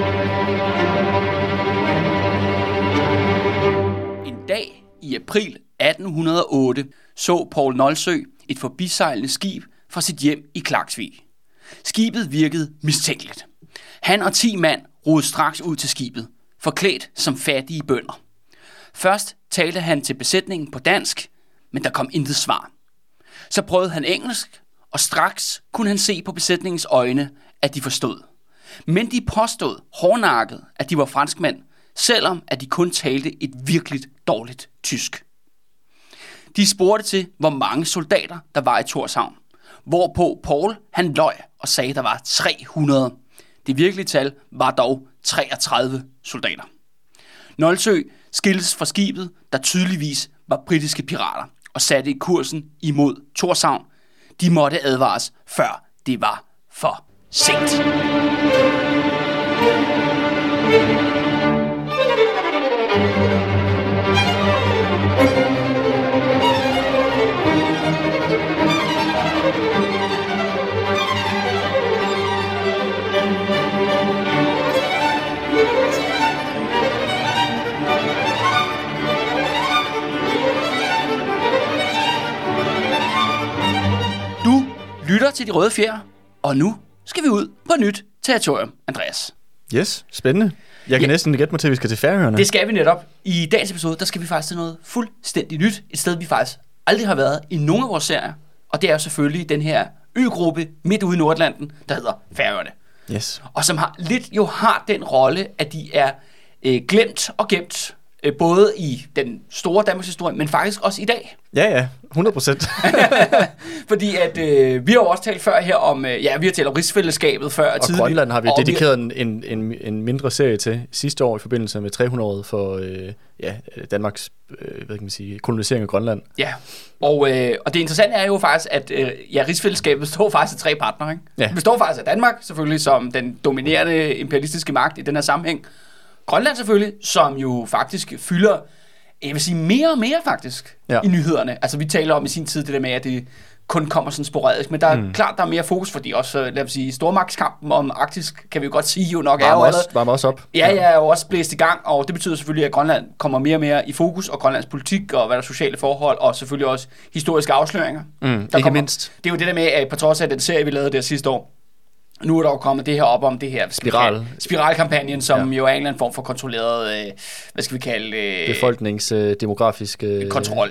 En dag i april 1808 så Poul Nolsøe et forbisejlende skib fra sit hjem i Klaksvik. Skibet virkede mistænkeligt. Han og 10 mand rodede straks ud til skibet, forklædt som fattige bønder. Først talte han til besætningen på dansk, men der kom intet svar. Så prøvede han engelsk, og straks kunne han se på besætningens øjne, at de forstod. Men de påstod hårdnakket, at de var franskmænd, selvom at de kun talte et virkeligt dårligt tysk. De spurgte til, hvor mange soldater der var i Tórshavn, hvorpå Poul han løj og sagde, at der var 300. Det virkelige tal var dog 33 soldater. Nolsøe skiltes fra skibet, der tydeligvis var britiske pirater, og satte i kursen imod Tórshavn. De måtte advares, før det var for sent. Du lytter til De Røde Fjer, og nu skal vi ud på nyt territorium, Andreas. Yes, spændende. Jeg kan næsten gætte mig til, at vi skal til Færøerne. Det skal vi netop. I dagens episode, der skal vi faktisk til noget fuldstændig nyt. Et sted, vi faktisk aldrig har været i nogen af vores serier. Og det er jo selvfølgelig den her øgruppe midt ude i Nordatlanten, der hedder Færøerne. Yes. Og som har den rolle, at de er glemt og gemt. Både i den store Danmarks historie, men faktisk også i dag. Ja, 100%. Fordi at vi har jo også talt før her om, vi har talt om rigsfællesskabet før. Og tidligere. Grønland har vi dedikeret en mindre serie til sidste år i forbindelse med 300-året for Danmarks kolonisering af Grønland. Ja, og det interessante er jo faktisk, at rigsfællesskabet består faktisk af 3 partnere. Ikke? Ja. Det består faktisk af Danmark, selvfølgelig som den dominerende imperialistiske magt i den her sammenhæng. Grønland selvfølgelig, som jo faktisk fylder, jeg vil sige mere og mere faktisk, i nyhederne. Altså vi taler om i sin tid det der med, at det kun kommer sådan sporadisk, men der er klart, der er mere fokus, fordi også, lad os sige, stormagtskampen om Arktis, kan vi jo godt sige, jo nok er jo varmer også op. Ja, er jo også blæst i gang, og det betyder selvfølgelig, at Grønland kommer mere og mere i fokus, og Grønlands politik, og hvad der er sociale forhold, og selvfølgelig også historiske afsløringer. Ikke mindst. Det er jo det der med, at på trods af den serie, vi lavede der sidste år, nu er der jo kommet det her op om det her spiralkampagnen, som jo er en eller anden form for kontrolleret, hvad skal vi kalde befolkningsdemografisk kontrol.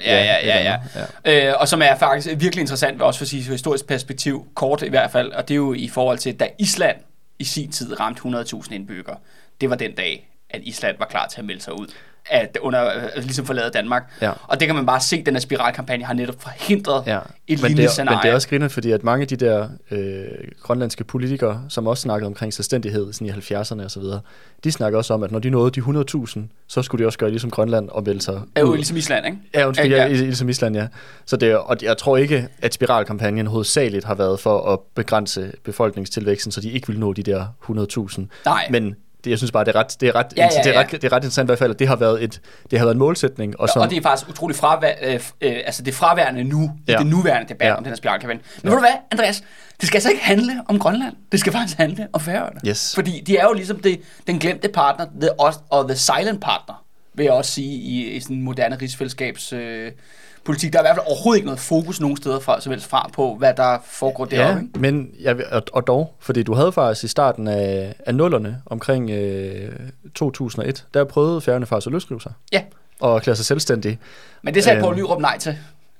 Og som er faktisk virkelig interessant, også for sit historisk perspektiv, kort i hvert fald, og det er jo i forhold til, da Island i sin tid ramte 100.000 indbyggere. Det var den dag, at Island var klar til at melde sig ud. Ligesom forlade Danmark. Ja. Og det kan man bare se, den her spiralkampagne har netop forhindret et lignende scenarie. Men det er også griner, fordi at mange af de der grønlandske politikere, som også snakkede omkring selvstændighed sådan i 70'erne og så videre, de snakker også om, at når de nåede de 100.000, så skulle de også gøre ligesom Grønland og melde sig ud. Ligesom Island, ikke? Ja, ligesom Island, ja. Så det, og jeg tror ikke, at spiralkampagnen hovedsageligt har været for at begrænse befolkningstilvæksten, så de ikke vil nå de der 100.000. Nej. Men jeg synes bare, det er ret interessant i hvert fald, at det har været en målsætning. Og det er faktisk utroligt det fraværende nu, i den nuværende debat om den her spiralkampagne. Men ved du hvad, Andreas? Det skal altså ikke handle om Grønland. Det skal faktisk handle om Færøerne. Yes. Fordi de er jo ligesom den glemte partner, the silent partner, vil jeg også sige, i sådan en moderne rigsfællesskabs politik. Der er i hvert fald overhovedet ikke noget fokus nogen steder fra på, hvad der foregår deroppe. Ja, men og dog, fordi du havde faktisk i starten af nullerne, omkring 2001, der prøvede Færøerne faktisk at løsrive sig. Ja. Og erklære sig selvstændig. Men det sagde Poul Nyrup nej til.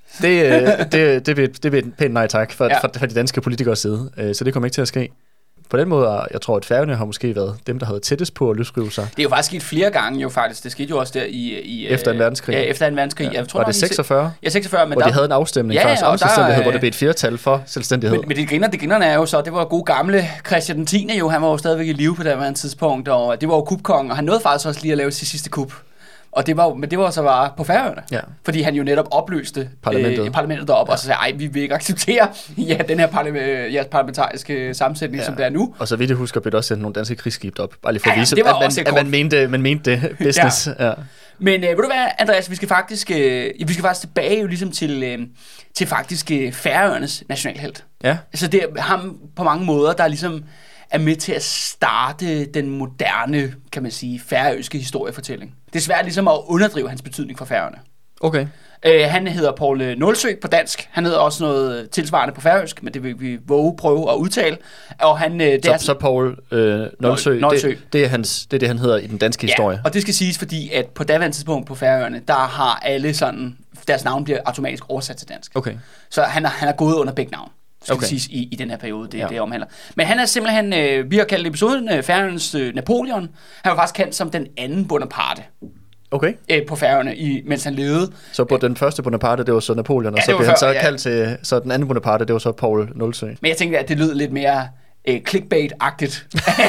Det vil et pænt nej tak fra de danske politikers side, så det kommer ikke til at ske. På den måde, jeg tror, at Færøerne har måske været dem, der havde tættest på at løsrive sig. Det er jo faktisk sket flere gange jo faktisk. Det skete jo også der i efter en verdenskrig. Ja, efter en verdenskrig. Ja. Jeg tror, var det 46? Ja, 46. Men hvor de havde en afstemning om selvstændighed, hvor det blev et flertal for selvstændighed. Men det grinerne er jo så, det var god gamle Christian 10. jo, han var jo stadigvæk i live på det her tidspunkt, og det var jo kupkongen, og han nåede faktisk også lige at lave sit sidste kup. Og det var så bare på Færøerne, fordi han jo netop opløste parlamentet deroppe, og så sagde, vi vil ikke acceptere den her parlamentariske sammensætning, som det er nu. Og så vidt jeg husker, blev der også sendt nogle danske krigsskib op, bare lige for at vise, at man mente det business. Ja. Men ved du hvad, Andreas, vi skal faktisk tilbage jo ligesom til faktisk Færøernes nationalhelt. Ja. Så det er ham på mange måder, der ligesom er med til at starte den moderne, kan man sige, færøske historiefortælling. Det er svært ligesom at underdrive hans betydning for Færøerne. Okay. Han hedder Poul Nolsø på dansk. Han hedder også noget tilsvarende på færøsk, men det vil vi prøve at udtale. Og han, så Poul Nolsø, det er det, han hedder i den danske historie. Og det skal siges, fordi at på daværende tidspunkt på Færøerne, der har alle sådan, deres navn bliver automatisk oversat til dansk. Okay. Så han er gået under begge navn. Skal det siges i den her periode, det omhandler. Men han er simpelthen, vi har kaldt episoden Færøernes Napoleon. Han var faktisk kendt som den anden Bonaparte. Okay. På Færøerne, mens han levede. Så på den første Bonaparte, det var så Napoleon, og så blev han så kaldt til, så den anden Bonaparte, det var så Poul Nolsø. Men jeg tænkte, at det lød lidt mere clickbait-agtigt,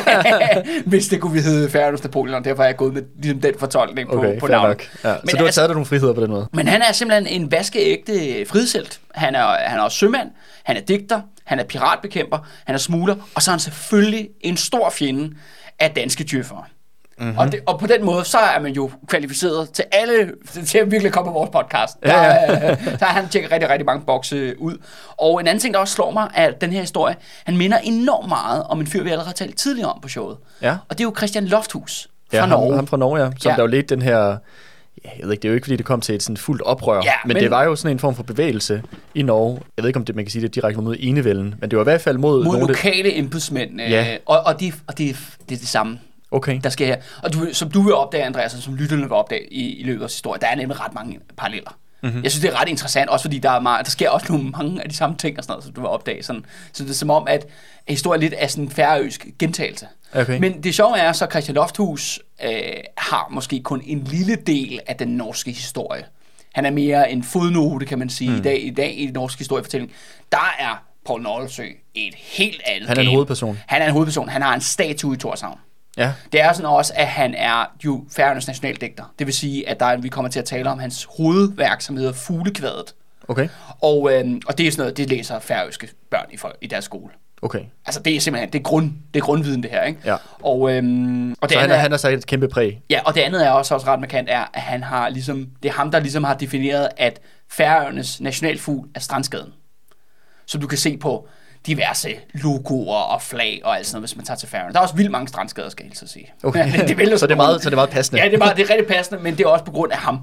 hvis det kunne hedde Færøernes Napoleon. Derfor er jeg gået med ligesom den fortolkning på navnet. Ja. Så du har taget dig nogle friheder på den måde. Men han er simpelthen en vaskeægte frihedshelt. Han er også sømand, han er digter, han er piratbekæmper, han er smugler, og så er han selvfølgelig en stor fjende af danske djøffere. Mm-hmm. Og på den måde, så er man jo kvalificeret til at virkelig komme på vores podcast. Så har han tjekket rigtig, rigtig mange bokse ud. Og en anden ting, der også slår mig, er den her historie. Han minder enormt meget om en fyr, vi allerede har talt tidligere om på showet. Ja. Og det er jo Christian Lofthus fra Norge. Ham fra Norge, som der jo ledte den her... Jeg ved ikke, det er jo ikke, fordi det kom til et sådan fuldt oprør, men det var jo sådan en form for bevægelse i Norge. Jeg ved ikke, om det, man kan sige det direkte mod enevælden, men det var i hvert fald mod lokale embedsmænd. Og det er det samme. Okay. Der sker her. Og som du vil opdage, Andreas, og som lytterne vil opdage i løbet af vores historie, der er nemlig ret mange paralleller. Mm-hmm. Jeg synes, det er ret interessant, også fordi der sker også mange af de samme ting, og sådan noget, som du vil opdage. Sådan. Så det er som om, at historien lidt er sådan en færøsk gentagelse. Okay. Men det sjove er, så Christian Lofthus har måske kun en lille del af den norske historie. Han er mere en fodnote, kan man sige, i dag i den norske historiefortælling. Der er Poul Nolsø et helt andet. Han er en hovedperson. Han har en statue i Tórshavn. Ja. Det er sådan også, at han er jo Færøernes nationaldigter. Det vil sige, at vi kommer til at tale om hans hovedværk, som hedder Fuglekvadet. Okay. Og det er sådan noget, det læser færøske børn i deres skole. Okay. Altså det er simpelthen, det er grundviden det her, ikke? Ja. Og det så han har sagt et kæmpe præg. Ja, og det andet er også ret markant, er, at han har ligesom, det er ham, der ligesom har defineret, at Færøernes nationalfugl er strandskaden. Så du kan se på diverse logoer og flag og alt sådan noget, hvis man tager til Færøerne. Der er også vildt mange strandskader, skal jeg helst sige. Okay. Så det er meget passende. Ja, det er rigtig passende, men det er også på grund af ham,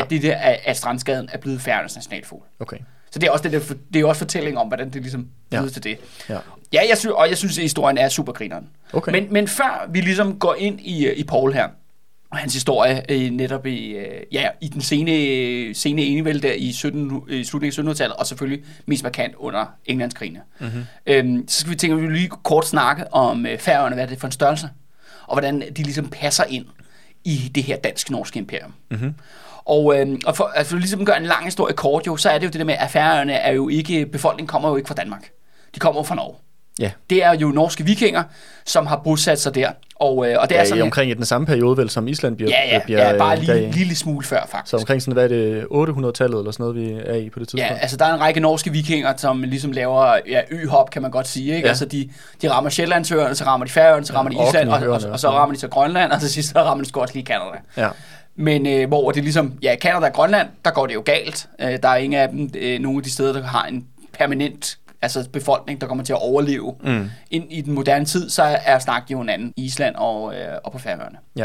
at strandskaden er blevet Færøernes nationalfugl. Okay. Så det er også det er også fortælling om, hvordan det ligesom blev til det. Ja, jeg synes, at historien er super grineren. Okay. Men før vi ligesom går ind i Poul her, og hans historie netop i den sene enevælde der i slutningen af 1700-tallet, og selvfølgelig mest markant under Englandskrigene. Mm-hmm. Så skal vi tænke, at vi lige kort snakke om Færøerne, hvad er det for en størrelse, og hvordan de ligesom passer ind i det her dansk-norske imperium. Mm-hmm. Og for ligesom at gøre en lang historie kort, så er det jo det der med, at Færøerne er jo ikke, befolkningen kommer jo ikke fra Danmark. De kommer jo fra Norge. Ja. Det er jo norske vikinger, som har bosat sig der. Og det er sådan omkring i den samme periode, vel, som Island bliver... Ja, bare lige en lille smule før, faktisk. Så omkring sådan, hvad er det, 800-tallet eller sådan noget, vi er i på det tidspunkt? Ja, altså der er en række norske vikinger, som ligesom laver øhop, kan man godt sige, ikke? Ja. Altså de rammer Sjællandsøerne, så rammer de Færøerne, så rammer de Island, og så rammer de så Grønland, og til sidst så rammer de sgu også lige Canada. Ja. Men hvor det ligesom, Canada og Grønland, der går det jo galt. Der er ingen af dem, nogle af de steder, der har en permanent befolkning, der kommer til at overleve ind i den moderne tid, så er snakket jo en anden Island og på Færøerne. Ja.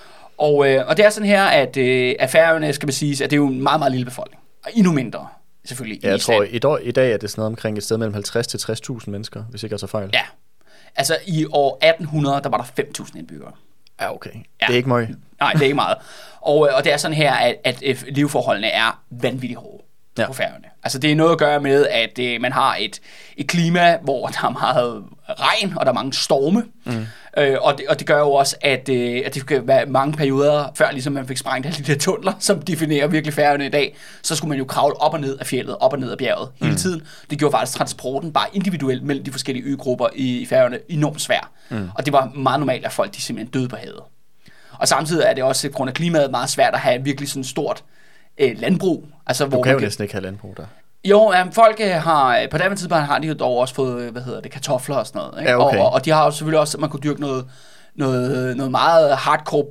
Og det er sådan her, at Færøerne, skal man sige, at det er jo en meget, meget lille befolkning. Og endnu mindre, selvfølgelig. Ja, jeg tror, i dag er det sådan noget omkring et sted mellem 50 til 60.000 mennesker, hvis ikke jeg tager fejl. Ja. Altså i år 1800, der var der 5.000 indbyggere. Ja, okay. Ja. Det er ikke meget. Nej, det er ikke meget. Og det er sådan her, at leveforholdene er vanvittigt hårde. På Færøerne. Altså det er noget at gøre med, at man har et klima, hvor der er meget regn, og der er mange storme. Og det gør jo også, at det kan være mange perioder, før ligesom man fik sprængt alle de der tunneler, som definerer virkelig Færøerne i dag, så skulle man jo kravle op og ned af fjeldet, op og ned af bjerget hele tiden. Det gjorde faktisk transporten bare individuelt mellem de forskellige øgrupper i Færøerne enormt svær. Og det var meget normalt, at folk de simpelthen døde på havet. Og samtidig er det også, på grund af klimaet, meget svært at have virkelig sådan stort landbrug. Altså, du kan jo næsten ikke have landbrug der. Jo, folk har, på den tidspunkt har de jo dog også fået, kartofler og sådan noget. Ikke? Ja, okay. og de har jo selvfølgelig også, man kunne dyrke noget meget hardcore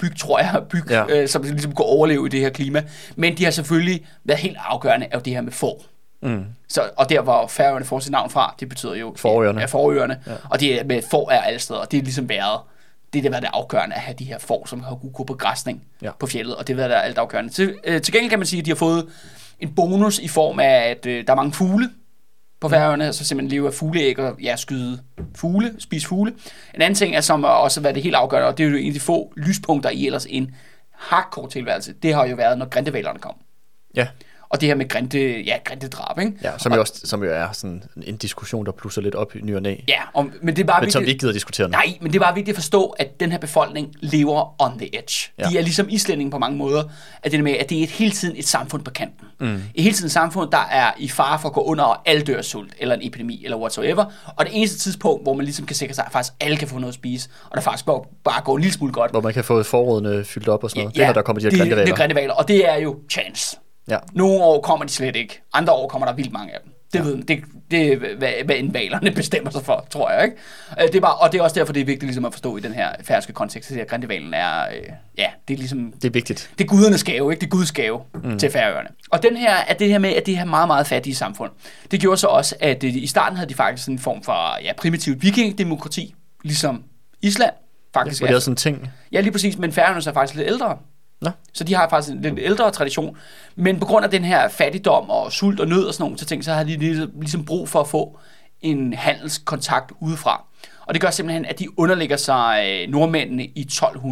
som ligesom kunne overleve i det her klima. Men de har selvfølgelig været helt afgørende af det her med får. Og der, hvor Færøerne får sit navn fra, det betyder jo forøerne. Ja. Og det er med får er alle steder, og det er ligesom været det afgørende at have de her får, som har kunnet gå på græsning på fjeldet, og det er alt afgørende. Til gengæld kan man sige, at de har fået en bonus i form af, at der er mange fugle på Færøerne, altså simpelthen leve af fugleæg og skyde fugle, spise fugle. En anden ting er, som også været det helt afgørende, og det er jo en af de få lyspunkter i ellers en hardcore tilværelse, det har jo været, når grindehvalerne kom. Ja. Og det her med grindedrab, ikke? Ja, som jo er sådan en diskussion, der plusser lidt op i ny og næ. Ja, men det er bare vigtigt, som vi ikke gider diskutere nu. Nej, men det er bare vigtigt at forstå, at den her befolkning lever on the edge. Ja. De er ligesom islændinge på mange måder, at det er hele tiden et samfund på kanten. Hele tiden et samfund, der er i fare for at gå under, og alle dør sult, eller en epidemi, eller whatsoever. Og det eneste tidspunkt, hvor man ligesom kan sikre sig, at faktisk alle kan få noget at spise, og der faktisk bare går en lille smule godt. Hvor man kan få forrådene fyldt op og sådan noget. Det er, når der kommer de her grindevaler. Og det er jo chance. Ja. Nogle år kommer de slet ikke. Andre år kommer der vildt mange af dem. Det er, hvad indvalerne bestemmer sig for, tror jeg, ikke? Og det er også derfor, det er vigtigt ligesom at forstå i den her færøske kontekst, at grindehvalen er, det er ligesom... Det er vigtigt. Det er gudernes gave, ikke? Det er Guds gave til Færøerne. Og det her med, at det her meget, meget fattige samfund, det gjorde så også, at i starten havde de faktisk en form for primitivt vikingdemokrati, ligesom Island. Faktisk, var det også sådan en ting? Ja, lige præcis, men Færøerne er faktisk lidt ældre. Nå. Så de har faktisk en lidt ældre tradition. Men på grund af den her fattigdom og sult og nød og sådan nogle ting, så har de ligesom brug for at få en handelskontakt udefra. Og det gør simpelthen, at de underlægger sig nordmændene i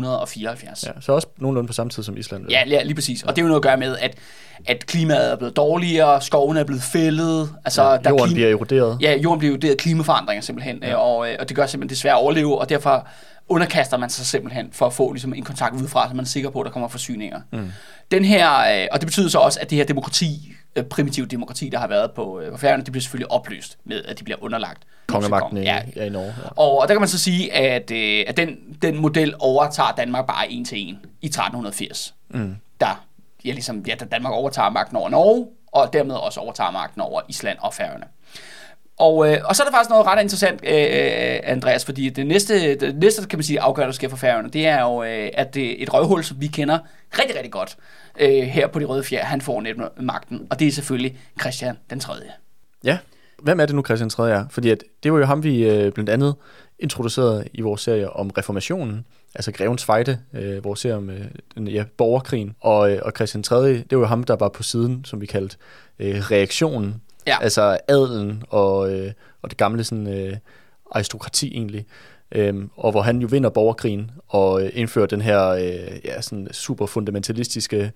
1274. Ja, så også nogenlunde på samme tid som Island. Eller? Ja, lige præcis. Og det er jo noget at gøre med, at klimaet er blevet dårligere, skovene er blevet fældet. Altså, jorden bliver eroderet. Ja, jorden bliver eroderet, klimaforandringer simpelthen. Ja. Og det gør simpelthen det svært at overleve, og derfor underkaster man sig simpelthen for at få ligesom en kontakt udefra, så man er sikker på, at der kommer forsyninger. Den her, og det betyder så også, at det her demokrati, primitive demokrati, der har været på Færøerne, det bliver selvfølgelig opløst med, at de bliver underlagt kongemagten i Norge. Ja. Og der kan man så sige, at den model overtager Danmark bare en til en i 1380. Da Danmark overtager magten over Norge, og dermed også overtager magten over Island og Færøerne. Og så er der faktisk noget ret interessant, Andreas, fordi det næste kan man sige, afgørende, der sker for Færøerne, det er jo, at et røvhul, som vi kender rigtig, rigtig godt her på de røde fjer, han får netop magten, og det er selvfølgelig Christian den 3. Ja. Hvem er det nu, Christian 3. er? Fordi det var jo ham, vi blandt andet introducerede i vores serie om reformationen, altså Grevens Fejde, vores serie om borgerkrigen, og Christian 3., det var jo ham, der var på siden, som vi kaldte reaktionen. Ja. Altså adelen og det gamle sådan, aristokrati egentlig, og hvor han jo vinder borgerkrigen og indfører den her sådan super fundamentalistiske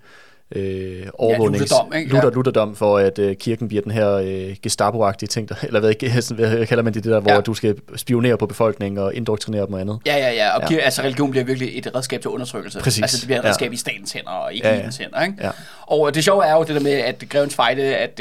lutherdom, for at kirken bliver den her Gestapo-agtige ting, eller hvad kalder man det der, hvor du skal spionere på befolkningen og indoktrinere dem og andet. Ja, og altså religion bliver virkelig et redskab til undertrykkelse. Præcis. Altså det bliver et redskab i statens hænder og ikke i hænder, ikke? Ja. Og det sjove er jo det der med, at Grevens Fejde, at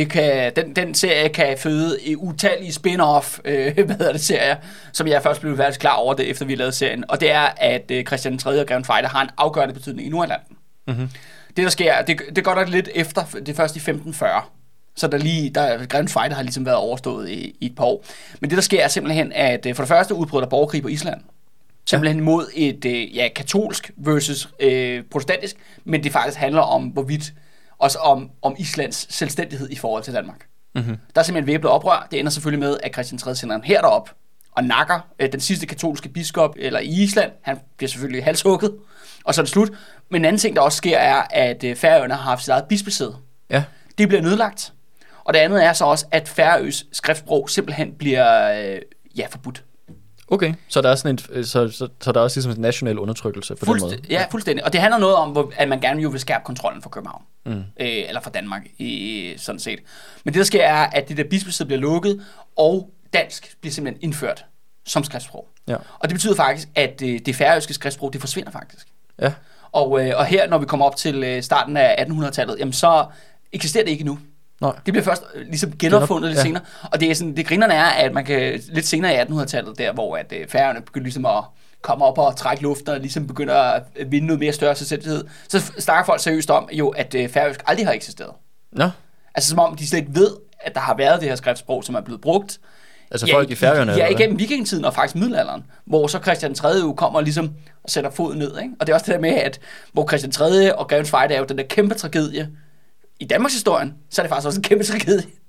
den serie kan føde utallige spin-off, serier, som jeg først blev klar over det, efter vi lavede serien. Og det er, at Christian 3. og Grevens Fejde har en afgørende betydning i Nordatlanten. Mm-hmm. Det der sker, det går der lidt efter, det er først i 1540, så Grevens Fejde har ligesom været overstået i et par år. Men det der sker er simpelthen, at for det første udbryder der borgerkrig på Island, simpelthen mod et katolsk versus protestantisk, men det faktisk handler om hvorvidt, også om Islands selvstændighed i forhold til Danmark. Mm-hmm. Der er simpelthen væbnet oprør, det ender selvfølgelig med, at Christian 3. sender en hær derop og nakker den sidste katolske biskop eller i Island, han bliver selvfølgelig halshugget, og så er det slut. Men en anden ting, der også sker, er, at Færøerne har haft sit eget bispesæde. Ja. Det bliver nedlagt. Og det andet er så også, at færøsk skriftsprog simpelthen bliver forbudt. Okay, så der er sådan så der er også ligesom en national undertrykkelse på den måde. Ja, fuldstændig. Og det handler noget om, at man gerne vil skærpe kontrollen for København. Eller for Danmark, sådan set. Men det, der sker, er, at det der bispesæde bliver lukket, og dansk bliver simpelthen indført som skriftsprog. Ja. Og det betyder faktisk, at det færøske skriftsprog, det forsvinder faktisk. Ja. Og her, når vi kommer op til starten af 1800-tallet, jamen så eksisterer det ikke endnu. Nej. Det bliver først ligesom genopfundet lidt senere. Og det er sådan, det grinerne er, at man kan lidt senere i 1800-tallet, der hvor at Færøerne begynder ligesom at komme op og trække luft og ligesom begynder at vinde noget mere større selvstændighed, så snakker folk seriøst om jo, at færøsk aldrig har eksisteret. Nå. Altså som om de slet ikke ved, at der har været det her skriftsprog, som er blevet brugt. Altså folk i Færøerne? Ja, igennem vikingetiden og faktisk middelalderen, hvor så Christian 3. jo kommer ligesom og sætter foden ned, ikke? Og det er også det der med, at hvor Christian 3. og Grevens Fejde er jo den der kæmpe tragedie i Danmarks historien, så er det faktisk også en kæmpe tragedie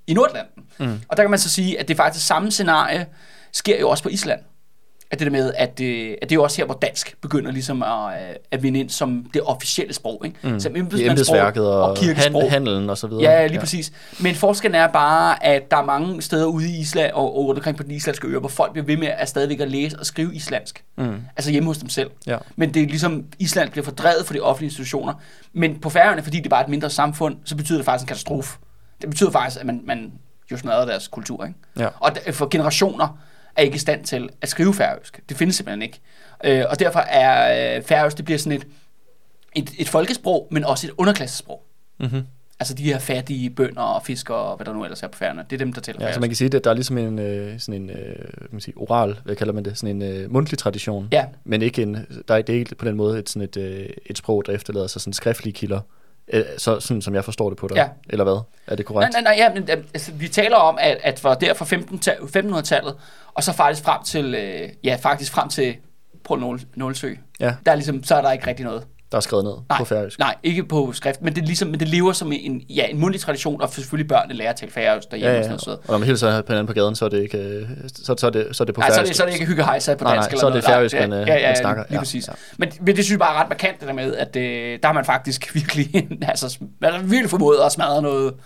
i Nordatlanten. Og der kan man så sige, at det faktisk samme scenarie sker jo også på Island. At det der med, at det er jo også her, hvor dansk begynder ligesom at vinde ind som det officielle sprog, ikke? Som embedsværket og kirkesprog. Handelen og så videre. Ja, lige præcis. Men forskellen er bare, at der er mange steder ude i Island og rundt omkring på den islandske øer, hvor folk bliver ved med at stadigvæk at læse og skrive islandsk. Altså hjemme hos dem selv. Ja. Men det er ligesom, Island bliver fordrevet fra de offentlige institutioner. Men på Færøerne, fordi det bare er et mindre samfund, så betyder det faktisk en katastrofe. Det betyder faktisk, at man jo smadrer deres kultur, ikke? Ja. Og for generationer er ikke i stand til at skrive færøsk. Det findes simpelthen ikke. Og derfor er færøsk, det bliver sådan et folkesprog, men også et underklassesprog. Mm-hmm. Altså de her fattige bønder og fiskere og hvad der nu ellers er på Færøerne. Det er dem, der tæller færøsk. Så man kan sige, at der er ligesom sådan en oral, hvad kalder man det, sådan en mundtlig tradition. Ja. Men ikke det er ikke på den måde et sprog, der efterlader sig sådan skriftlige kilder. Sådan som jeg forstår det på dig, ja. Eller hvad? Er det korrekt? Nej, ja, men altså, vi taler om, at for der fra 1500-tallet, og så faktisk frem til Poul Nålsø, der er ligesom, så er der ikke rigtig noget. Der er skrevet ned på færøsk? Nej, ikke på skrift, men det lever som en mundtlig tradition, og selvfølgelig børnene lærer til færøsk derhjemme. Ja. Og sådan noget. Og når man hilser på hinanden på gaden, så er det ikke så er det på færøsk. Så er det ikke hyggehejsa på dansk. Nej, så er det færøsk, man snakker. Lige præcis. Ja. Men det synes jeg bare er ret markant, det der med, at der har man faktisk virkelig, virkelig formået at smadre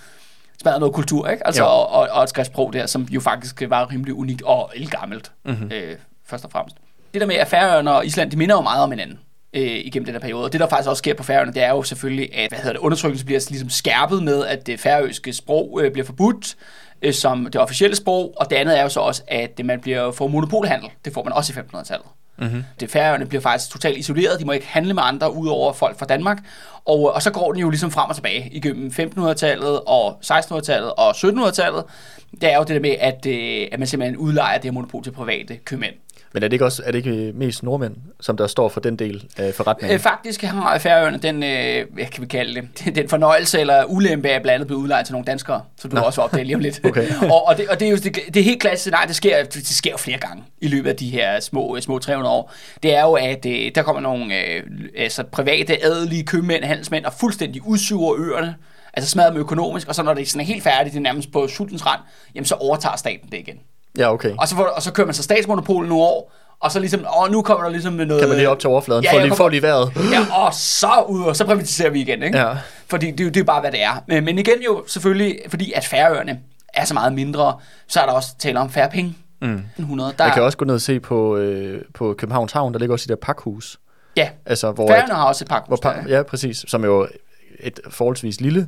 noget kultur, ikke? Altså, og et skriftsprog der, som jo faktisk var rimelig unikt og elgammelt, først og fremmest. Det der med, at Færøerne og Island, de minder jo meget om hinanden igennem den her periode. Og det, der faktisk også sker på Færøerne, det er jo selvfølgelig, at undertrykkelse bliver ligesom skærpet med, at det færøske sprog bliver forbudt som det officielle sprog, og det andet er jo så også, at man får monopolhandel. Det får man også i 1500-tallet. Mm-hmm. Det Færøerne bliver faktisk totalt isoleret. De må ikke handle med andre udover folk fra Danmark. Og så går den jo ligesom frem og tilbage igennem 1500-tallet og 1600-tallet og 1700-tallet. Det er jo det der med, at man simpelthen udlejer det her monopol til private købmænd. Men er det ikke mest nordmænd, som der står for den del af forretningen? Faktisk har Færøerne den, hvad kan vi kalde det, den fornøjelse eller ulempe af blandt andet blevet udlejet til nogle danskere, som du også opdager lige om lidt. Okay. og det er jo det helt klassiske, nej, det sker jo flere gange i løbet af de her små 300 år. Det er jo, at der kommer nogle private, adelige købmænd, handelsmænd og fuldstændig udsuger øerne, altså smadrer dem økonomisk, og så når det sådan er helt færdigt, det er nærmest på sultens rand, jamen så overtager staten det igen. Ja, okay. Og så kører man så statsmonopol nogle år, og så ligesom, nu kommer der ligesom noget... Kan man lige op til overfladen, for lige vejret. Ja, og så privatiserer vi igen, ikke? Ja. Fordi det er bare, hvad det er. Men igen jo, selvfølgelig, fordi at Færøerne er så meget mindre, så er der også tale om færre penge. 100. Jeg kan også gå ned og se på Københavns Havn, der ligger også i det pakhus. Ja, altså, Færøerne har også et pakhus. Ja, præcis, som jo et forholdsvis lille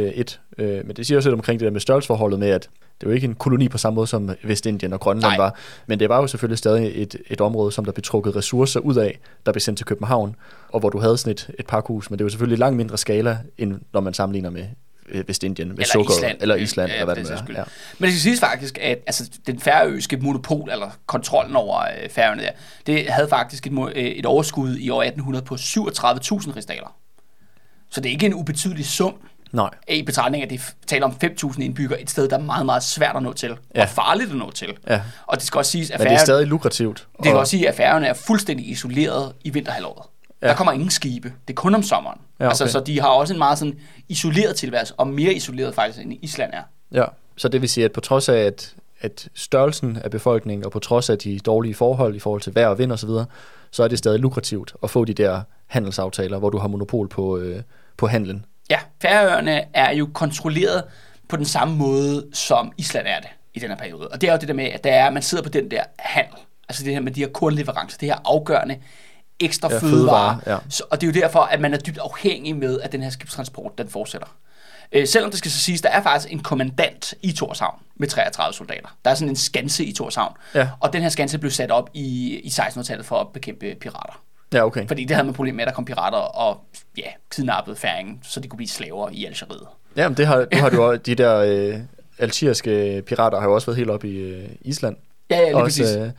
men det siger også lidt omkring det der med størrelsesforholdet med, at det er jo ikke en koloni på samme måde som Vestindien og Grønland var, men det var jo selvfølgelig stadig et område, som der blev trukket ressourcer ud af, der blev sendt til København, og hvor du havde sådan et pakhus, men det er jo selvfølgelig langt mindre skala, end når man sammenligner med Vestindien, med sukker, eller Island, eller hvad det er. Ja. Men det skal siges faktisk, at altså, den færøske monopol, eller kontrollen over Færøerne der, det havde faktisk et overskud i år 1800 på 37.000 rigsdaler. Så det er ikke en ubetydelig sum. Nej. I betragtning af, at det taler om 5.000 indbyggere, et sted, der er meget, meget svært at nå til, og farligt at nå til. Ja. Og det skal også siges, at men det er stadig lukrativt. Det kan også sige, at Færøerne er fuldstændig isoleret i vinterhalvåret. Ja. Der kommer ingen skibe. Det er kun om sommeren. Ja, okay. Altså, så de har også en meget sådan isoleret tilværelse, og mere isoleret faktisk, end Island er. Ja, så det vil sige, at på trods af, at størrelsen af befolkningen, og på trods af de dårlige forhold i forhold til vejr og vind osv., så er det stadig lukrativt at få de der handelsaftaler, hvor du har monopol på handlen. Ja, Færøerne er jo kontrolleret på den samme måde, som Island er det i den her periode. Og det er jo det der med, at man sidder på den der handel, altså det her med de her kornleverancer, det her afgørende ekstra fødevarer. Ja. Og det er jo derfor, at man er dybt afhængig med, at den her skibstransport, den fortsætter. Selvom det skal så siges, der er faktisk en kommandant i Tórshavn med 33 soldater. Der er sådan en skanse i Tórshavn, og den her skanse blev sat op i 1600-tallet for at bekæmpe pirater. Ja, okay. Fordi det havde man problem med, at der kom pirater og kidnappede færingen, så de kunne blive slaver i Algeriet. Ja, men det har du også, de der algeriske pirater har jo også været helt op i Island. Ja, lige præcis.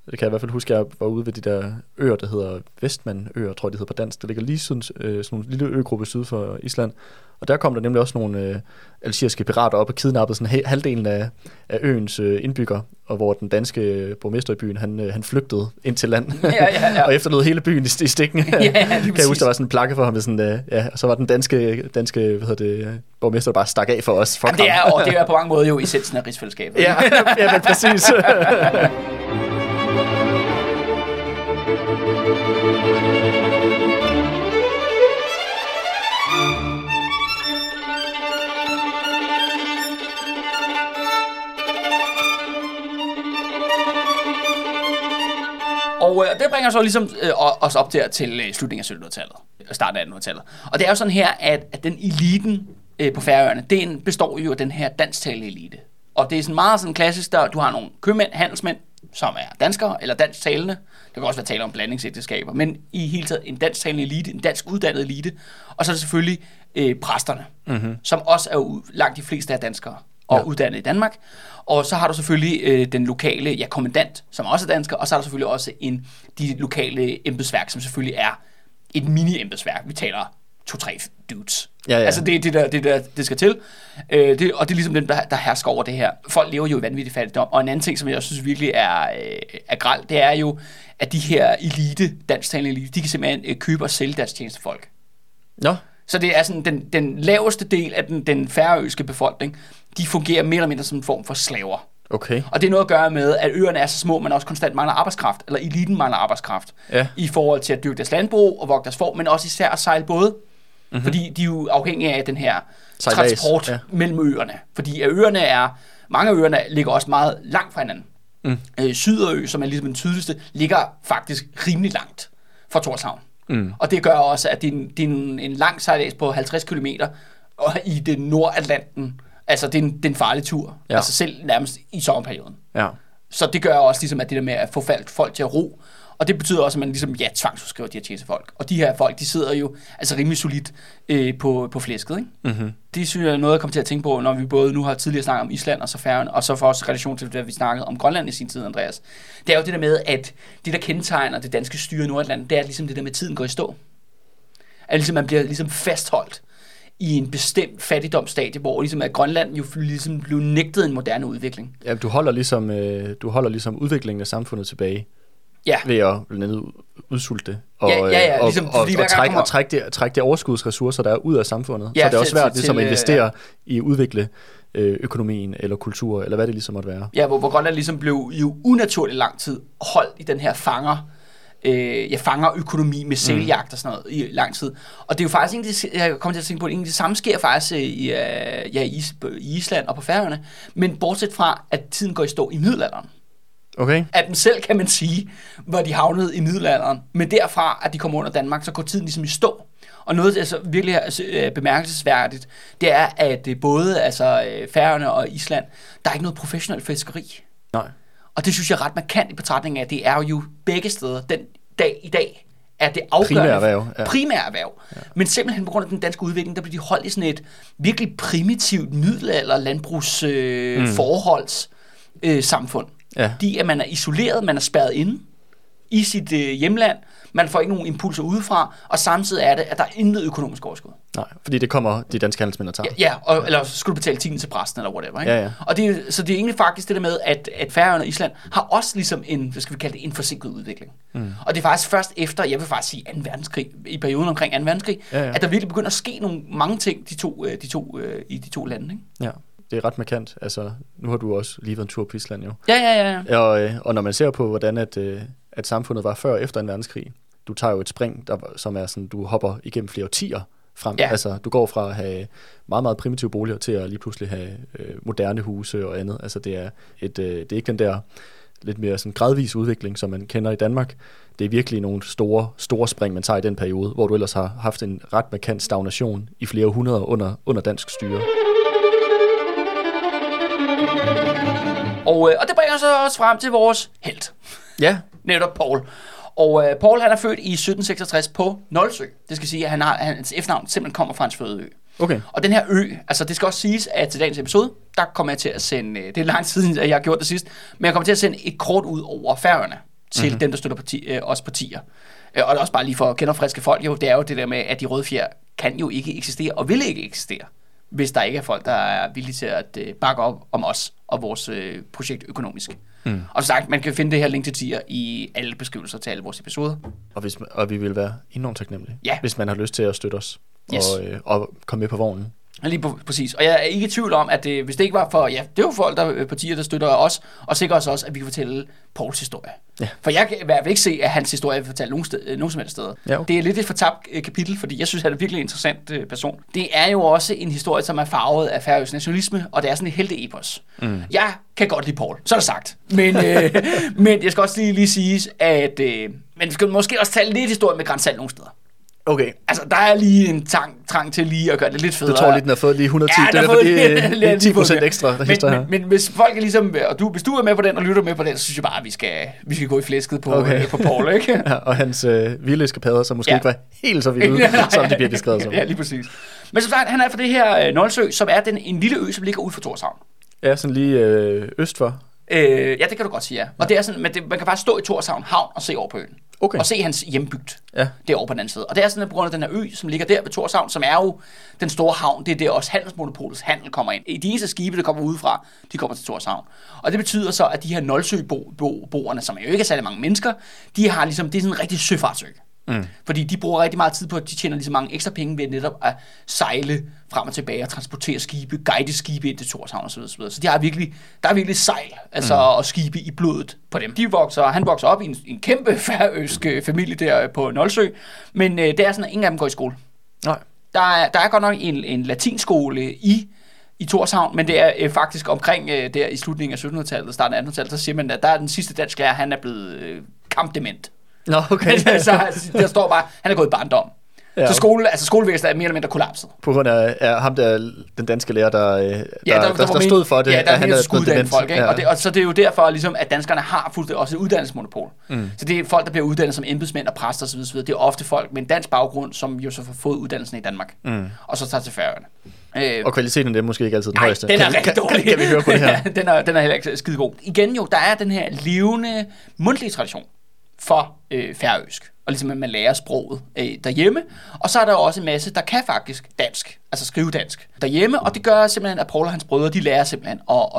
Det kan jeg i hvert fald huske, at jeg var ude ved de der øer, der hedder Vestmanøer, tror jeg, det hedder på dansk. Det ligger lige sådan, sådan en lille øgruppe syd for Island. Og der kom der nemlig også nogle algeriske pirater op og kidnappede sådan halvdelen af øens indbygger, og hvor den danske borgmester i byen, han flygtede ind til land, Ja. og efterlod hele byen i stikken. Kan jeg huske, der var sådan en plakke for ham, med sådan, og så var den danske borgmester, der bare stak af for os. Jamen, det er på mange måder jo essensen af rigsfællesskabet. ja, men præcis. Og det bringer så ligesom os op til slutningen af 1700-tallet, starten af 1800-tallet. Og det er jo sådan her, at den eliten på Færøerne, den består jo af den her dansktalende elite. Og det er sådan meget sådan klassisk, der du har nogle købmænd, handelsmænd, som er danskere eller dansktalende. Det kan også være tale om blandingsægteskaber, men i hele taget en dansktalende elite, en dansk uddannet elite. Og så er det selvfølgelig præsterne, som også er langt de fleste af danskere og uddannet i Danmark. Og så har du selvfølgelig den lokale kommandant, som også er dansker, og så er der selvfølgelig også de lokale embedsværk, som selvfølgelig er et mini-embedsværk. Vi taler 2-3 dudes. Ja. Altså det er det skal til. Og det er ligesom dem, der hersker over det her. Folk lever jo i vanvittig fattigdom. Og en anden ting, som jeg synes virkelig er grelt, det er jo, at de her dansktalende elite, de kan simpelthen købe og sælge deres tjenestefolk. Nå. Så det er sådan den laveste del af den færøske befolkning, de fungerer mere eller mindre som en form for slaver. Okay. Og det er noget at gøre med, at øerne er så små, men også konstant mangler arbejdskraft, eller eliten mangler arbejdskraft, i forhold til at dyrke deres landbrug og vogte deres får, men også især at sejle både. Fordi de er jo afhængige af den her transport mellem øerne. Fordi mange af øerne ligger også meget langt fra hinanden. Syderø, som er ligesom den tydeligste, ligger faktisk rimelig langt fra Tórshavn. Og det gør også, at det er en lang sejlads på 50 km og i det Nordatlanten. Altså, det er en farlig tur. Ja. Altså selv nærmest i sommerperioden. Ja. Så det gør også ligesom, at det der med at få folk til at ro. Og det betyder også, at man ligesom, tvangsudskriver de her tjenestefolk. Og de her folk, de sidder jo altså rimelig solidt på flæsket, ikke? Det synes jeg er noget, jeg kommer til at tænke på, når vi både nu har tidligere snakket om Island og så Færøerne, og så for os relation til det, vi snakkede om Grønland i sin tid, Andreas. Det er jo det der med, at det, der kendetegner det danske styre i Nordatlanten, det er ligesom det der med, at tiden går i stå. At ligesom, man bliver ligesom fastholdt i en bestemt fattigdomsstadie, hvor ligesom, at Grønland jo ligesom blev nægtet en moderne udvikling. Ja, du holder ligesom udviklingen af samfundet tilbage. Ja. Ved at blandt andet udsulte og trække de overskudsressourcer, der er ud af samfundet. Ja, så det er også svært ligesom at investere i at udvikle økonomien eller kultur, eller hvad det ligesom måtte være. Ja, hvor Grønland ligesom blev jo unaturligt lang tid holdt i den her fangerøkonomi med sæljagt og sådan noget i lang tid. Og det er jo faktisk egentlig, jeg kommer til at tænke på, at det samme sker faktisk i Island og på Færøerne, men bortset fra, at tiden går i stå i middelalderen. Okay. Af dem selv, kan man sige, hvor de havnede i middelalderen. Men derfra, at de kommer under Danmark, så går tiden ligesom i stå. Og noget, der er så virkelig bemærkelsesværdigt, det er, at både Færøerne og Island, der er ikke noget professionelt fiskeri. Nej. Og det synes jeg er ret markant i betragtning af, at det er jo begge steder den dag i dag, er det afgørende primære erhverv. Ja. Men simpelthen på grund af den danske udvikling, der bliver de holdt i sådan et virkelig primitivt middelalder landbrugsforholds samfund. Ja. At man er isoleret, man er spærret inde i sit hjemland, man får ikke nogen impulser udefra, og samtidig er det, at der er intet økonomisk overskud. Nej, fordi det kommer de danske handelsmænd og tager. Ja, eller skulle du betale 10 til præsten, eller whatever. Ikke? Ja. Og så det er egentlig faktisk det der med, at Færøerne og Island har også ligesom en forsinket udvikling. Og det er faktisk først efter, jeg vil faktisk sige 2. verdenskrig, i perioden omkring 2. verdenskrig, at der virkelig begynder at ske mange ting i de to lande. Ikke? Ja. Det er ret markant. Altså, nu har du også lige været en tur på Island, jo. Ja. Og når man ser på, hvordan at samfundet var før og efter 2. verdenskrig, du tager jo et spring, som er sådan, du hopper igennem flere årtier frem. Ja. Altså, du går fra at have meget, meget primitive boliger til at lige pludselig have moderne huse og andet. Altså, det er ikke den der lidt mere sådan gradvis udvikling, som man kender i Danmark. Det er virkelig nogle store spring, man tager i den periode, hvor du ellers har haft en ret markant stagnation i flere århundreder under dansk styre. Og det bringer så også frem til vores helt. Ja. Netop Paul. Og Paul, han er født i 1766 på Nolsø. Det skal sige, at hans efternavn simpelthen kommer fra hans fødeø. Okay. Og den her ø, altså det skal også siges, at til dagens episode, der kommer jeg til at sende, det er lang tid siden, at jeg har gjort det sidst, men jeg kommer til at sende et kort ud over Færøerne. til dem, der støtter os partier. Og også bare lige for at genopfriske folk, det er jo det der med, at de røde fjer kan jo ikke eksistere, og vil ikke eksistere, hvis der ikke er folk, der er villige til at bakke op om os og vores projekt økonomisk. Og som sagt, man kan finde det her link til tier i alle beskrivelser til alle vores episoder. Og vi vil være enormt taknemmelige, ja, hvis man har lyst til at støtte os og komme med på vognen. Lige præcis. Og jeg er ikke i tvivl om, at hvis det ikke var for, det er jo folk, partier, der støtter os, og sikrer os også, at vi kan fortælle Pauls historie. Ja. For jeg kan i hvert fald ikke se, at hans historie er fortalt nogen som helst steder. Ja, okay. Det er lidt et fortabt kapitel, fordi jeg synes, han er virkelig en interessant person. Det er jo også en historie, som er farvet af færøsk nationalisme, og det er sådan et helteepos. Jeg kan godt lide Paul, så er det sagt. Men, men jeg skal også lige sige, at man skal måske også tale lidt historie med grænsalt nogle steder. Okay. Altså, der er lige en trang til lige at gøre det lidt federe. Du tror lige, den har fået lige 110, det er derfor, det er 10% ekstra, der hister her. Men hvis folk er ligesom, og hvis du er med på den og lytter med på den, så synes jeg bare, at vi skal gå i flæsket på Paul, ikke? Ja, og hans vilde eskapader, som måske ikke var helt så vilde, som det bliver beskrevet som. Ja, lige præcis. Men som sagt, han er fra det her Nolsø, som er en lille ø, som ligger ude for Tórshavn. Ja, sådan lige øst for. Ja, det kan du godt sige, ja. Og det er sådan, man kan faktisk stå i Tórshavn havn og se over på øen. Okay. Og se hans hjembygd derovre på den anden side. Og det er sådan, at på grund af den her ø, som ligger der ved Tórshavn, som er jo den store havn, det er der også handelsmonopolets handel kommer ind. De eneste skibe, der kommer udefra, de kommer til Tórshavn. Og det betyder så, at de her Nolsø-boerne, som jo ikke er særlig mange mennesker, de har ligesom, det er sådan en rigtig søfartsø. Fordi de bruger rigtig meget tid på, at de tjener lige så mange ekstra penge ved netop at sejle frem og tilbage og transportere skibe, guide skibe ind til Tórshavn osv. Så der er virkelig sejl, altså og skibe i blodet på dem. Han vokser op i en kæmpe færøsk familie der på Nolsø, men det er sådan, at ingen af dem går i skole. Nej. Der er godt nok en latinskole i Tórshavn, men det er faktisk omkring der i slutningen af 1700-tallet, starten af 1800-tallet, så siger man, at der er den sidste dansklærer, han er blevet kampdement. Nå, okay. Så der står bare, han er gået i barndom. Ja. Så skolevæsenet er mere eller mindre kollapset. På grund af ham der, den danske lærer, der stod for det. Ja, der han er skuddannet folk. Ikke? Ja. Og så det er jo derfor, ligesom, at danskerne har fuldstændig også et uddannelsesmonopol. Så det er folk, der bliver uddannet som embedsmænd og præster osv. Det er ofte folk med en dansk baggrund, som jo så får fået uddannelsen i Danmark. Og så tager til Færøerne. Og kvaliteten er måske ikke altid den højeste. Den er rigtig dårlig. Kan vi høre på det her? den er heller ikke skide god. Igen jo, der er den her levende mundtlige tradition for færøsk, og ligesom at man lærer sproget derhjemme, og så er der også en masse, der kan faktisk dansk, altså skrive dansk derhjemme, og det gør simpelthen, at Paul og hans brødre, de lærer simpelthen,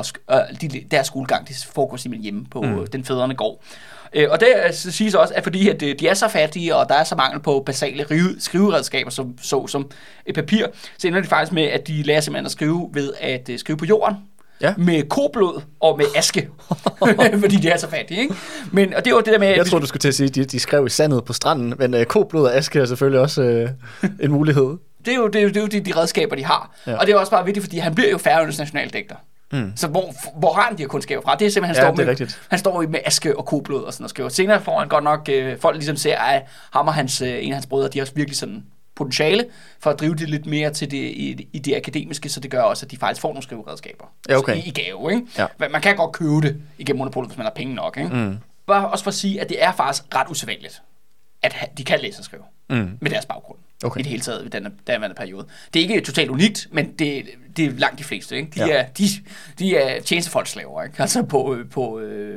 deres skolegang, det foregår simpelthen hjemme på den fædrene gård. Og det siges også, at fordi at de er så fattige, og der er så mangel på basale skriveredskaber, som et papir, så ender de faktisk med, at de lærer simpelthen at skrive ved at skrive på jorden, med koblod og med aske, fordi de er så fattige, ikke? Og det var det der med... Jeg tror du skulle til at sige, at de skrev i sandet på stranden, men koblod og aske er selvfølgelig også en mulighed. Det er jo de redskaber, de har. Ja. Og det er også bare vigtigt, fordi han bliver jo Færøernes nationaldigter. Så hvor har han de her kundskaber fra? Det er simpelthen, han står med aske og koblod og sådan og skriver. Senere får han godt nok, folk ligesom ser, at ham og en af hans brødre, de har også virkelig sådan potentiale for at drive det lidt mere til det akademiske, så det gør også, at de faktisk får nogle skriveredskaber i gave. Ikke? Ja. Man kan godt købe det igennem monopolet, hvis man har penge nok. Ikke? Bare også for at sige, at det er faktisk ret usædvanligt, at de kan læse og skrive med deres baggrund i det hele taget i den derværende periode. Det er ikke totalt unikt, men det er langt de fleste. Ikke? De er tjenestefolkslaver, ikke? Altså på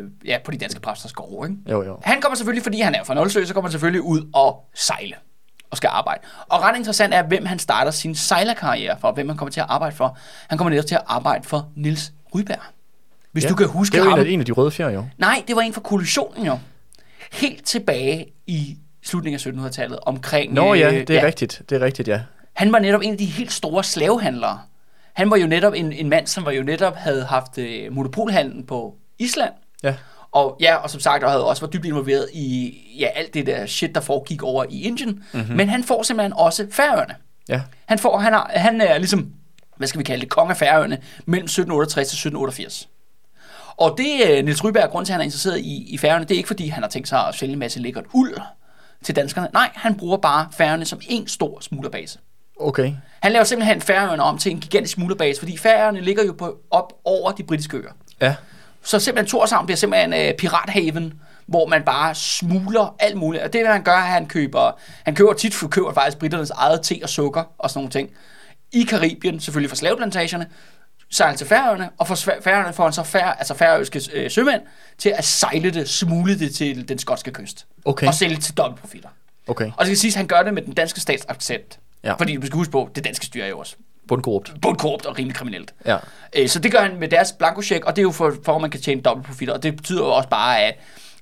de danske præsters gårde. Ikke? Jo. Han kommer selvfølgelig, fordi han er fra Nolsø, så kommer han selvfølgelig ud og sejle og skal arbejde. Og ret interessant er, hvem han starter sin sejlerkarriere for, hvem han kommer til at arbejde for. Han kommer netop til at arbejde for Niels Ryberg. Hvis du kan huske ham. Det var en af de røde fjer, jo. Nej, det var en fra Kollisionen, jo. Helt tilbage i slutningen af 1700-tallet omkring... Nå ja, det er rigtigt, ja. Han var netop en af de helt store slavehandlere. Han var jo netop en mand, som havde haft monopolhandlen på Island. Ja. Og som sagt, og havde også været dybt involveret i alt det der shit, der foregik over i Indien. Men han får simpelthen også Færøerne. Ja. Han er ligesom, hvad skal vi kalde det, konge af Færøerne mellem 1768 til 1788. Og det Niels Ryberg, grund til, at han er interesseret i Færøerne, det er ikke fordi, han har tænkt sig at sælge en masse lækkert uld til danskerne. Nej, han bruger bare Færøerne som en stor smuglerbase. Okay. Han laver simpelthen Færøerne om til en gigantisk smuglerbase, fordi Færøerne ligger jo op over de britiske øer. Ja. Så simpelthen Tórshavn bliver simpelthen pirathaven, hvor man bare smugler alt muligt. Og det, han gør, han køber faktisk briternes eget te og sukker og sådan nogle ting. I Karibien, selvfølgelig fra slaveplantagernes, sejle til Færøerne, og for Færøerne får han så færøske sømænd til at smugle det til den skotske kyst. Okay. Og sælge til dobbeltprofitter. Okay. Og det skal siges, at han gør det med den danske statsaccept. Ja. Fordi du skal huske på, det danske styre er jo også bundkorrupt og rimelig kriminelt. Ja. Så det gør han med deres blankocheck, og det er jo for at man kan tjene dobbeltprofitter. Og det betyder jo også bare, at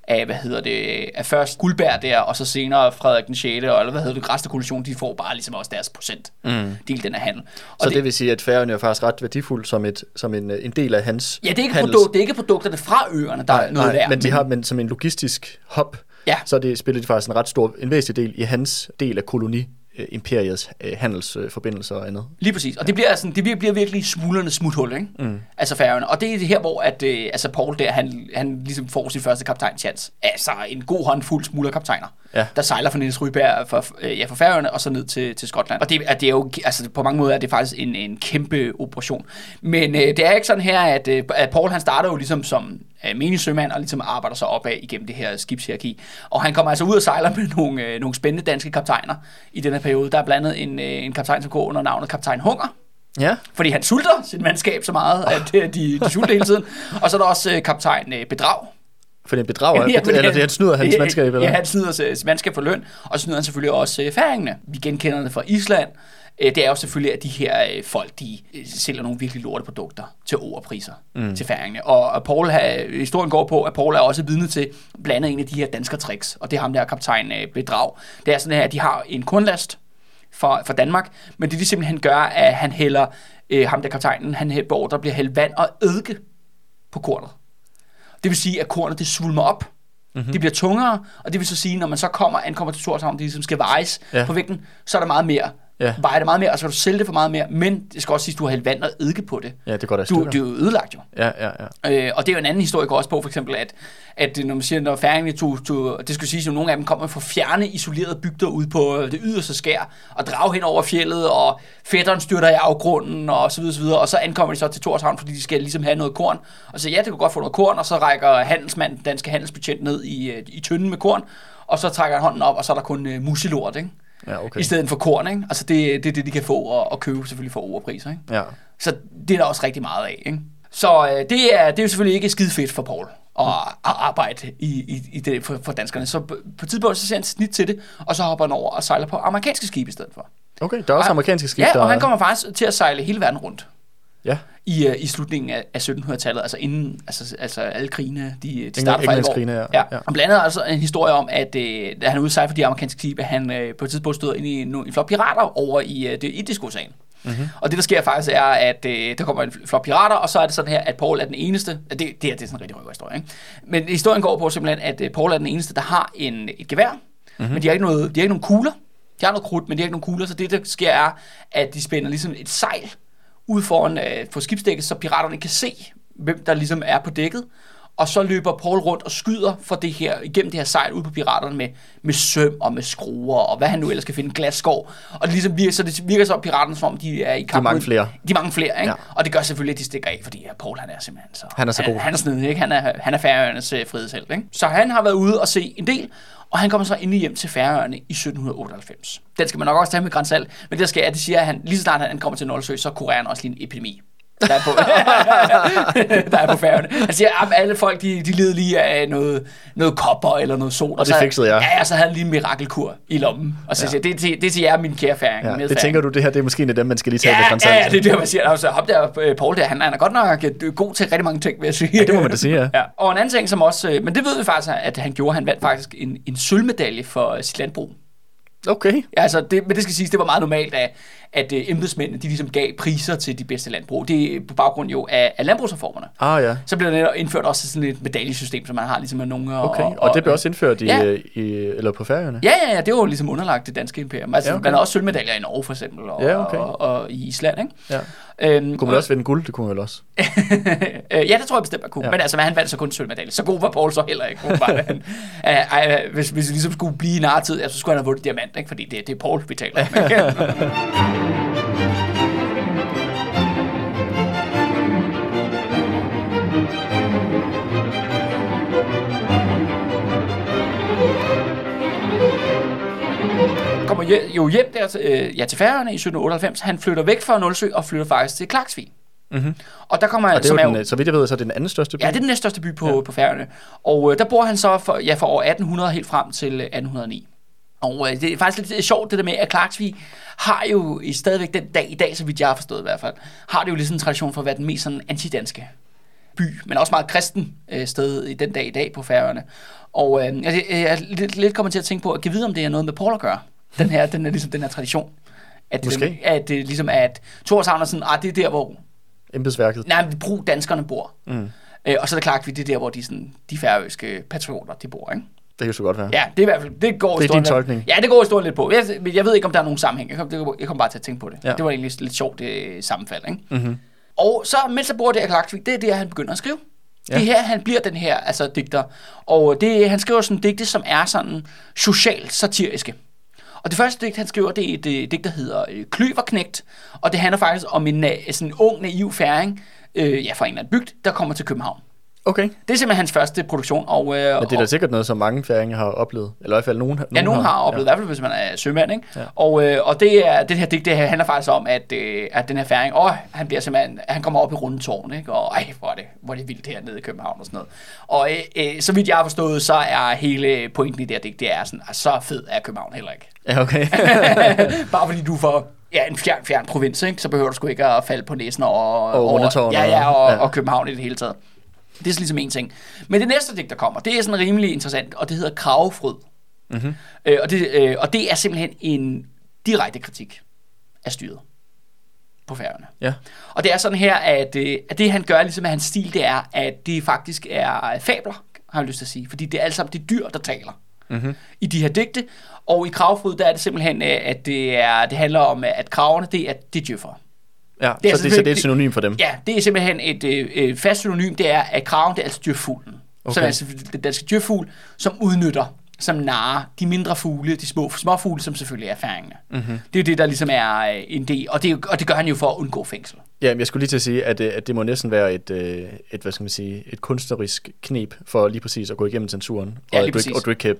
at først Guldberg der, og så senere Frederik den 6. eller Græsterkoalition, de får bare ligesom også deres procentdel den her handel. Og så det vil sige, at Færøerne er faktisk ret værdifuld som en del af hans det er ikke produkterne fra øerne, der er noget værd. Men som en logistisk hub, så spiller de faktisk en væsentlig del i hans del af koloni-imperiets handelsforbindelser og andet. Lige præcis. Og det bliver virkelig smuglernes smuthul, ikke? Altså Færøerne. Og det er det her, hvor Paul der, han ligesom får sin første kaptajnschance. Altså en god håndfuld smuglerkaptajner, der sejler fra Niels Ryberg fra Færøerne og så ned til Skotland. Og det er jo, altså på mange måder er det faktisk en kæmpe operation. Men det er ikke sådan her, at Paul han starter jo ligesom som menig sømand og ligesom arbejder sig opad igennem det her skibshierarki. Og han kommer altså ud og sejler med nogle spændende danske kaptajner i den her periode. Der er blandt andet en kaptajn, som går under navnet Kaptajn Hunger. Ja. Fordi han sulter sit mandskab så meget, at de sulter hele tiden. Og så er der også kaptajn Bedrag. For det er bedrager, eller det han snyder hans mandskab? Eller? Ja, han snyder sit mandskab for løn, og så snyder han selvfølgelig også færingene. Vi genkender det fra Island. Det er jo selvfølgelig, at de her folk, de sælger nogle virkelig lorteprodukter til overpriser til færingene. Og historien går på, at Paul er også vidne til blandt andet en af de her danskertricks, og det er ham der kaptajn Bedrag. Det er sådan her, at de har en kornlast fra Danmark, men det de simpelthen gør, at han hælder ham der kaptajnen, der bliver hældt vand og eddike på kornet. Det vil sige, at kornet det svulmer op. Det bliver tungere, og det vil så sige, når man så ankommer til Tórshavn, det ligesom skal vejes på vægten, så er der meget mere. Vejer det meget mere, og så kan du sælge det for meget mere, men det skal også sige, at du har hældt vand og eddike på det. Ja, det går da du er jo ødelagt jo. Ja. Og det er jo en anden historie, går også på, for eksempel, at når man siger, når færingene det skal sige, at nogle af dem kommer fra fjerne, isolerede bygder ud på det yderste skær, og drager hen over fjeldet, og fætteren styrter i afgrunden, og så videre, og så ankommer de så til Tórshavn, fordi de skal ligesom have noget korn, og så det kan godt få noget korn, og så rækker danske handelsbetjent ned i tynden med korn, og så trækker han hånden op, og så er der kun muselort, ikke? Ja, okay. I stedet for korn, ikke? Altså det er det, de kan få og købe selvfølgelig for overpriser, ikke? Ja. Så det er der også rigtig meget af, ikke? Så det er jo selvfølgelig ikke skide fedt for Paul at arbejde i det for danskerne. Så på et tidspunkt så ser han snit til det, og så hopper han over og sejler på amerikanske skibe i stedet for. Okay, der er også amerikanske skibe. Ja, og han kommer faktisk til at sejle hele verden rundt. Ja. I slutningen af 1700-tallet, altså inden altså alle krigene, de starter fra alvor. Ja. Og blandt andet altså en historie om, at da han er ude sejle for de amerikanske skibe, han på et tidspunkt stod ind i en flok pirater over i det Indiske Ocean. Og det der sker faktisk er, at der kommer en flok pirater, og så er det sådan her, at Paul er den eneste, det er sådan en rigtig røverhistorie, ikke? Men historien går på simpelthen, at Paul er den eneste, der har et gevær, men de har ikke nogen kugler. De har noget krudt, men de har ikke nogen kugler, så det der sker er, at de spænder ligesom et sejl ud foran for skibsdækket, så piraterne kan se, hvem der ligesom er på dækket. Og så løber Paul rundt og skyder for igennem det her sejl ud på piraterne med søm og med skruer og hvad han nu ellers skal finde, glasskår. Og det ligesom virker så på piraterne, som om de er i kamp. De er mange flere, ikke? Ja. Og det gør selvfølgelig, at de stikker af, fordi Paul han er simpelthen så... Han er så god. Han er snedig, ikke? Han er Færøernes frihedshelt, ikke? Så han har været ude og se en del, og han kommer så endelig hjem til Færøerne i 1798. Den skal man nok også tage med grænsalt, men det siger, at han, lige så snart han kommer til Nolsø, så kurerer han også lige en epidemi. Der er på Færøerne. Han siger, at alle folk, de led lige af noget kopper eller noget sol. Og det fikset, ja. Ja, så havde han lige en mirakelkur i lommen. Og så siger det til jer, min kære færing. Ja, det tænker du, det her det er måske en af dem, man skal lige tage med grænsalt. Ja, det er det, man siger. Altså, ham der, Paul der, han er godt nok god til rigtig mange ting, vil jeg sige. Ja, det må man da sige, ja. Og en anden ting, som også, men det ved vi faktisk, at han gjorde, han vandt faktisk en sølvmedalje for sit landbrug. Okay. Ja, altså men det skal siges, det var meget normalt, at embedsmændene, de ligesom gav priser til de bedste landbrug. Det er på baggrund jo af landbrugsreformerne. Ja. Så blev der indført også sådan et medaljesystem, som man har ligesom med nogle... Okay, og det blev også indført eller på Færøerne? Ja, det var jo ligesom underlagt det danske imperium. Altså, man har også sølvmedaljer i Norge for eksempel, og i Island, ikke? Ja. Kunne man også vinde guld? Det kunne man vel også? Ja, det tror jeg bestemt, man kunne. Ja. Men altså, han vandt så kun sølvmedalje. Så god var Paul så heller ikke. Hvis vi ligesom skulle blive i nartid, så skulle han have vundet diamant, ikke? Fordi det er Paul, vi taler om. Kommer jo hjem der til Færøerne i 1798. Han flytter væk fra Nolsø og flytter faktisk til Klaksvík. Mm-hmm. Og der kommer, og det er jo så vidt jeg ved, så er det den anden største by? Ja, det er den næststørste by på Færøerne. Og der bor han så fra år 1800 helt frem til 1809. Og det er faktisk lidt sjovt det der med, at Klaksvík har jo stadigvæk den dag i dag, så vidt jeg har forstået i hvert fald, har det jo lidt sådan en tradition for at være den mest sådan antidanske by, men også meget kristen sted i den dag i dag på Færøerne. Og jeg er lidt kommet til at tænke på, at kan vide, om det er noget med Paul at gøre. Den her tradition. At det ligesom er, at Tórshavn er sådan, det er der, hvor embedsværket. Nej, brug danskerne bor. Og så er det klart, at det er der, hvor de færøske patrioter, de bor, ikke? Det kan så godt være. Ja, det er i hvert fald, det går det er din tolkning. Ja, det går i stort lidt på. Jeg ved ikke, om der er nogen sammenhæng. Jeg kom bare til at tænke på det. Ja. Det var egentlig lidt sjovt sammenfald, ikke? Mm-hmm. Og så, mens jeg bor der i Klaksvík, det er der, han begynder at skrive. Ja. Det her, han bliver den her digter. Og han skriver sådan digte, som er sådan socialt satiriske. Og det første digt, han skriver, det er et digt, der hedder Kløverknægt. Og det handler faktisk om en sådan ung, naiv færing fra en eller anden bygd, der kommer til København. Okay. Det er simpelthen hans første produktion. Men det er da sikkert noget, som mange færinger har oplevet. Eller i hvert fald nogen har oplevet, i hvert fald hvis man er sømand, ikke? Ja. Og det her digt, det handler faktisk om, at den her færing, han bliver simpelthen, han kommer op i Rundetårn, ikke? Og hvor er det vildt hernede i København og sådan noget. Og så vidt jeg har forstået, så er hele pointen i det her digt, det er sådan, så fed er København heller ikke. Ja, okay. Bare fordi du får en fjern provins, ikke? Så behøver du sgu ikke at falde på næsen og Rundetårn. Og København i det hele taget. Det er så ligesom en ting. Men det næste digt, der kommer, det er sådan rimelig interessant, og det hedder Kragefryd. Mm-hmm. Og det er simpelthen en direkte kritik af styret på Færøerne. Ja. Og det er sådan her, at det han gør ligesom med hans stil, det er, at det faktisk er fabler, har jeg lyst til at sige. Fordi det er alle sammen det dyr, der taler i de her digte. Og i Kragefryd, der er det simpelthen, at det handler om, at kragerne, det er djøffere. Ja, så det er et synonym for dem. Ja, det er simpelthen et fast synonym, det er, at kraven, det er altså djøffuglen. Okay. Så er altså den danske djøffugl, som udnytter, som narrer de mindre fugle, de små fugle, som selvfølgelig er færingene. Mm-hmm. Det er jo det, der ligesom er en del, og det gør han jo for at undgå fængsel. Ja, jeg skulle lige til at sige, at det må næsten være et kunstnerisk knep for lige præcis at gå igennem censuren, og at du ikke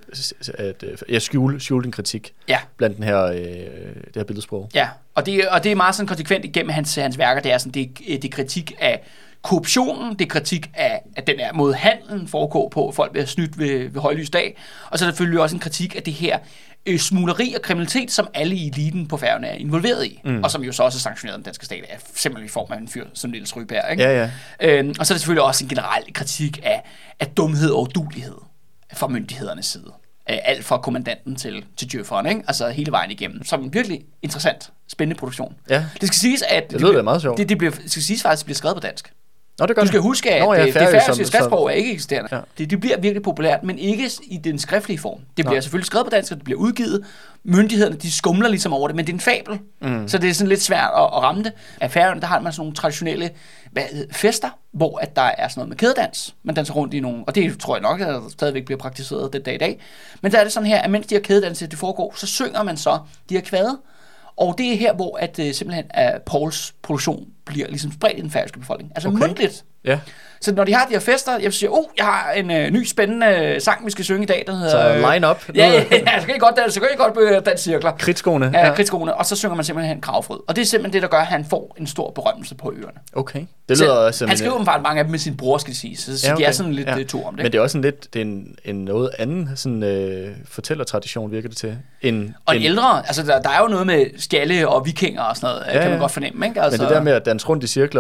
kan skjule din kritik blandt det her billedsprog. Ja, og det er meget sådan konsekvent igennem hans værker, det er sådan, det er kritik af korruptionen, det er kritik af den her måde handlen foregår på, folk bliver snydt ved højlys dag, og så er der selvfølgelig også en kritik af det her smugleri og kriminalitet, som alle i eliten på Færøerne er involveret i, og som jo så også er sanktioneret af den danske stat, simpelthen i form af en fyr som Niels Ryberg, ikke? Ja. Og så er der selvfølgelig også en generel kritik af dumhed og uduelighed fra myndighedernes side. Alt fra kommandanten til djøfferen, ikke? Altså hele vejen igennem. Som en virkelig interessant, spændende produktion. Ja. Det skal siges, at det lyder meget sjovt. Det skal siges faktisk, bliver skrevet på dansk. Nå, det gør du skal huske, at det færøske skriftsprog er ikke eksisterende. Ja. Det bliver virkelig populært, men ikke i den skriftlige form. Det bliver selvfølgelig skrevet på dansk, og det bliver udgivet. Myndighederne, de skumler ligesom over det, men det er en fabel. Så det er sådan lidt svært at ramme det. Af Færøerne, der har man sådan nogle traditionelle fester, hvor at der er sådan noget med kædedans. Man danser rundt i nogle, og det tror jeg nok, at der stadigvæk bliver praktiseret den dag i dag. Men der er det sådan her, at mens de her kædedanser, det foregår, så synger man så de her kvade. Og det er her, hvor at simpelthen Pauls produktion bliver ligesom spredt i den færøske befolkning. Altså mundtligt. Ja. Så når de har de her fester, jeg siger, jeg har en ny spændende sang, vi skal synge i dag, der hedder... Så line up. Ja, så kan I godt danse cirkler. Kridtskoene. Ja, kridtskoene. Og så synger man simpelthen Kragefryd. Og det er simpelthen det, der gør, at han får en stor berømmelse på øerne. Okay. Det lyder også... Han skriver faktisk mange af dem med sin bror, skal det sige. Så de er sådan lidt to om det. Men det er også det er en noget anden sådan, fortællertradition, virker det til. En ældre. Altså, der er jo noget med skjalde og vikinger og sådan noget, kan man godt fornemme, ikke? Altså, men det der med at danse rundt i cirkler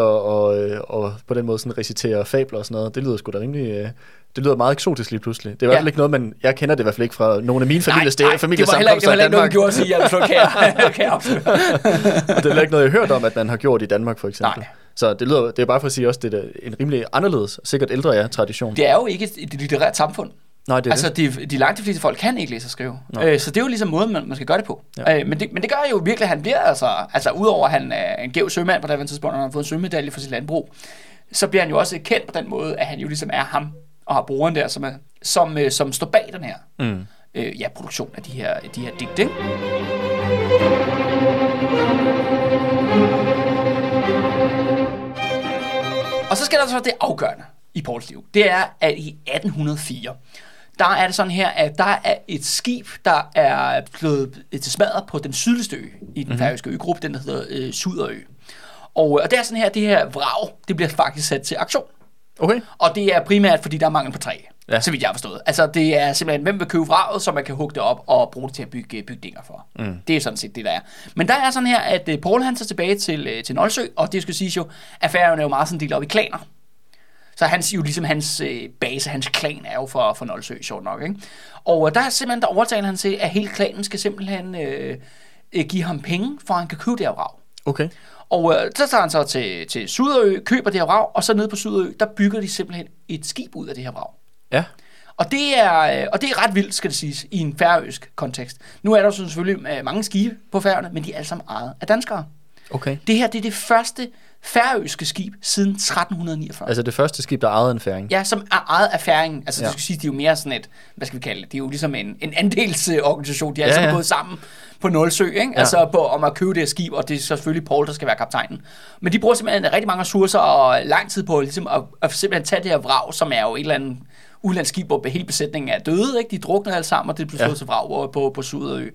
og på den måde sådan recitere fabler og sådan noget, det lyder sgu da rimelig... Det lyder meget eksotisk lige pludselig. Det er i hvert fald ikke noget, jeg kender det i hvert fald ikke fra nogle af mine familiesamkomster i Danmark. Det var heller ikke noget, du gjorde at sige, at du okay, absolut. Det er heller ikke noget, jeg har hørt om, at man har gjort i Danmark, for eksempel. Nej. Så det er bare for at sige også, det er en rimelig anderledes, sikkert ældre tradition. Det er jo ikke et litterært samfund. Nej, det er altså, de langt de fleste folk kan ikke læse og skrive. Så det er jo ligesom måden, man skal gøre det på. Ja. Men det gør jo virkelig, at han bliver altså udover at han er en gæv sømand på det tidspunkt, og han har fået en sømedalje for sit landbrug, så bliver han jo også kendt på den måde, at han jo ligesom er ham, og har brugeren der, som står bag den her produktion af de her digte. Og så skal der så det afgørende i Pauls liv. Det er, at i 1804, der er det sådan her, at der er et skib, der er blevet til smadret på den sydligste ø i den færøske øgruppe, den der hedder Suderø. Og det er sådan her, det her vrag, det bliver faktisk sat til aktion. Okay. Og det er primært, fordi der er mangel på træ, Ja. så vidt jeg har forstået. Altså, det er simpelthen, hvem vil købe vraget, så man kan hugge det op og bruge det til at bygge bygninger for. Det er sådan set det, der er. Men der er sådan her, at Paul han tager tilbage til Nolsø, og det skal siges jo, at Færøerne er jo meget sådan delt op i klaner. Så hans base, hans klan er jo for Nolsø, sjovt nok, ikke? Og der overtaler han til, at hele klanen skal simpelthen give ham penge, for at han kan købe det her vrag. Okay. Og så tager han så til Suderø, køber det her vrag, og så nede på Suderø, der bygger de simpelthen et skib ud af det her vrag. Ja. Og det er ret vildt, skal det siges, i en færøsk kontekst. Nu er der så selvfølgelig mange skibe på Færøerne, men de er alle sammen ejet af danskere. Okay. Det her, det er det første færøske skib siden 1349. Altså det første skib, der ejede en færing. Ja, som er ejet af færingen. Altså det skal sige, de er jo mere sådan et, hvad skal vi kalde det? Det er jo ligesom en andelsorganisation. De er altså gået sammen på Nolsø, ikke? Ja. Altså om at købe det her skib, og det er selvfølgelig Paul, der skal være kaptajnen. Men de bruger simpelthen rigtig mange ressourcer og lang tid på ligesom at simpelthen tage det her vrag, som er jo et eller andet udlandsskib, hvor hele besætningen er døde, ikke? De drukner alle sammen, og det blev slået til vrag på Suderø.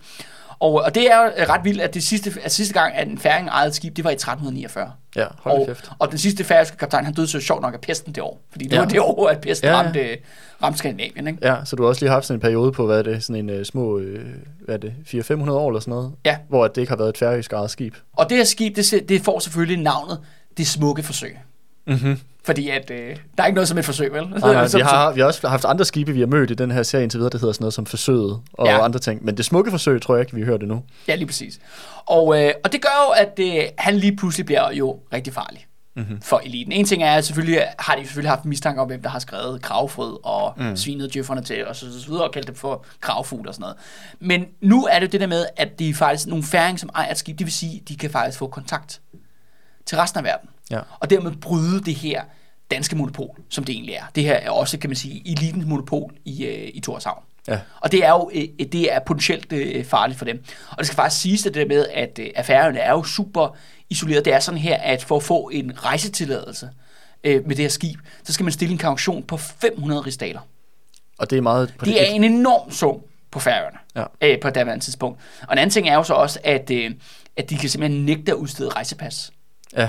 Og det er jo ret vildt, at sidste gang, at en færing ejede et skib, det var i 1349. Ja, hold kæft. Og den sidste færøske kaptajn, han døde så sjovt nok af pesten det år. Fordi det var det år, at pesten ramte Skandinavien, ikke? Ja, så du har også lige haft sådan en periode på, hvad er det, sådan en små, 400-500 år eller sådan noget, hvor det ikke har været et færøsk eget skib. Og det her skib, det får selvfølgelig navnet Det Smukke Forsøg. Mm-hmm. Fordi at, der er ikke noget som et forsøg, vel? Nej, vi har også haft andre skibe, vi har mødt i den her serie indtil videre, der hedder sådan noget som Forsøget og andre ting. Men Det Smukke Forsøg, tror jeg ikke, vi hører det nu. Ja, lige præcis. Og det gør jo, at han lige pludselig bliver jo rigtig farlig for eliten. En ting er, at selvfølgelig har de selvfølgelig haft mistanke om, hvem der har skrevet Kravfrød og svinet djøfferne til, og så videre, og kaldt dem for kravfugl og sådan noget. Men nu er det det der med, at de er faktisk nogle færing, som ejer et skib. Det vil sige, at de kan faktisk få kontakt til resten af verden. Ja. Og dermed bryde det her danske monopol, som det egentlig er. Det her er også, kan man sige, elitens monopol i Tórshavn. Ja. Og det er jo det er potentielt farligt for dem. Og det skal faktisk siges det der med, at Færøerne er jo super isoleret. Det er sådan her, at for at få en rejsetilladelse med det her skib, så skal man stille en kaution på 500 rigsdaler. Og det er meget... Det er en enorm sum på Færøerne på daværende tidspunkt. Og en anden ting er jo så også, at de kan simpelthen nægte at udstede rejsepas. Ja.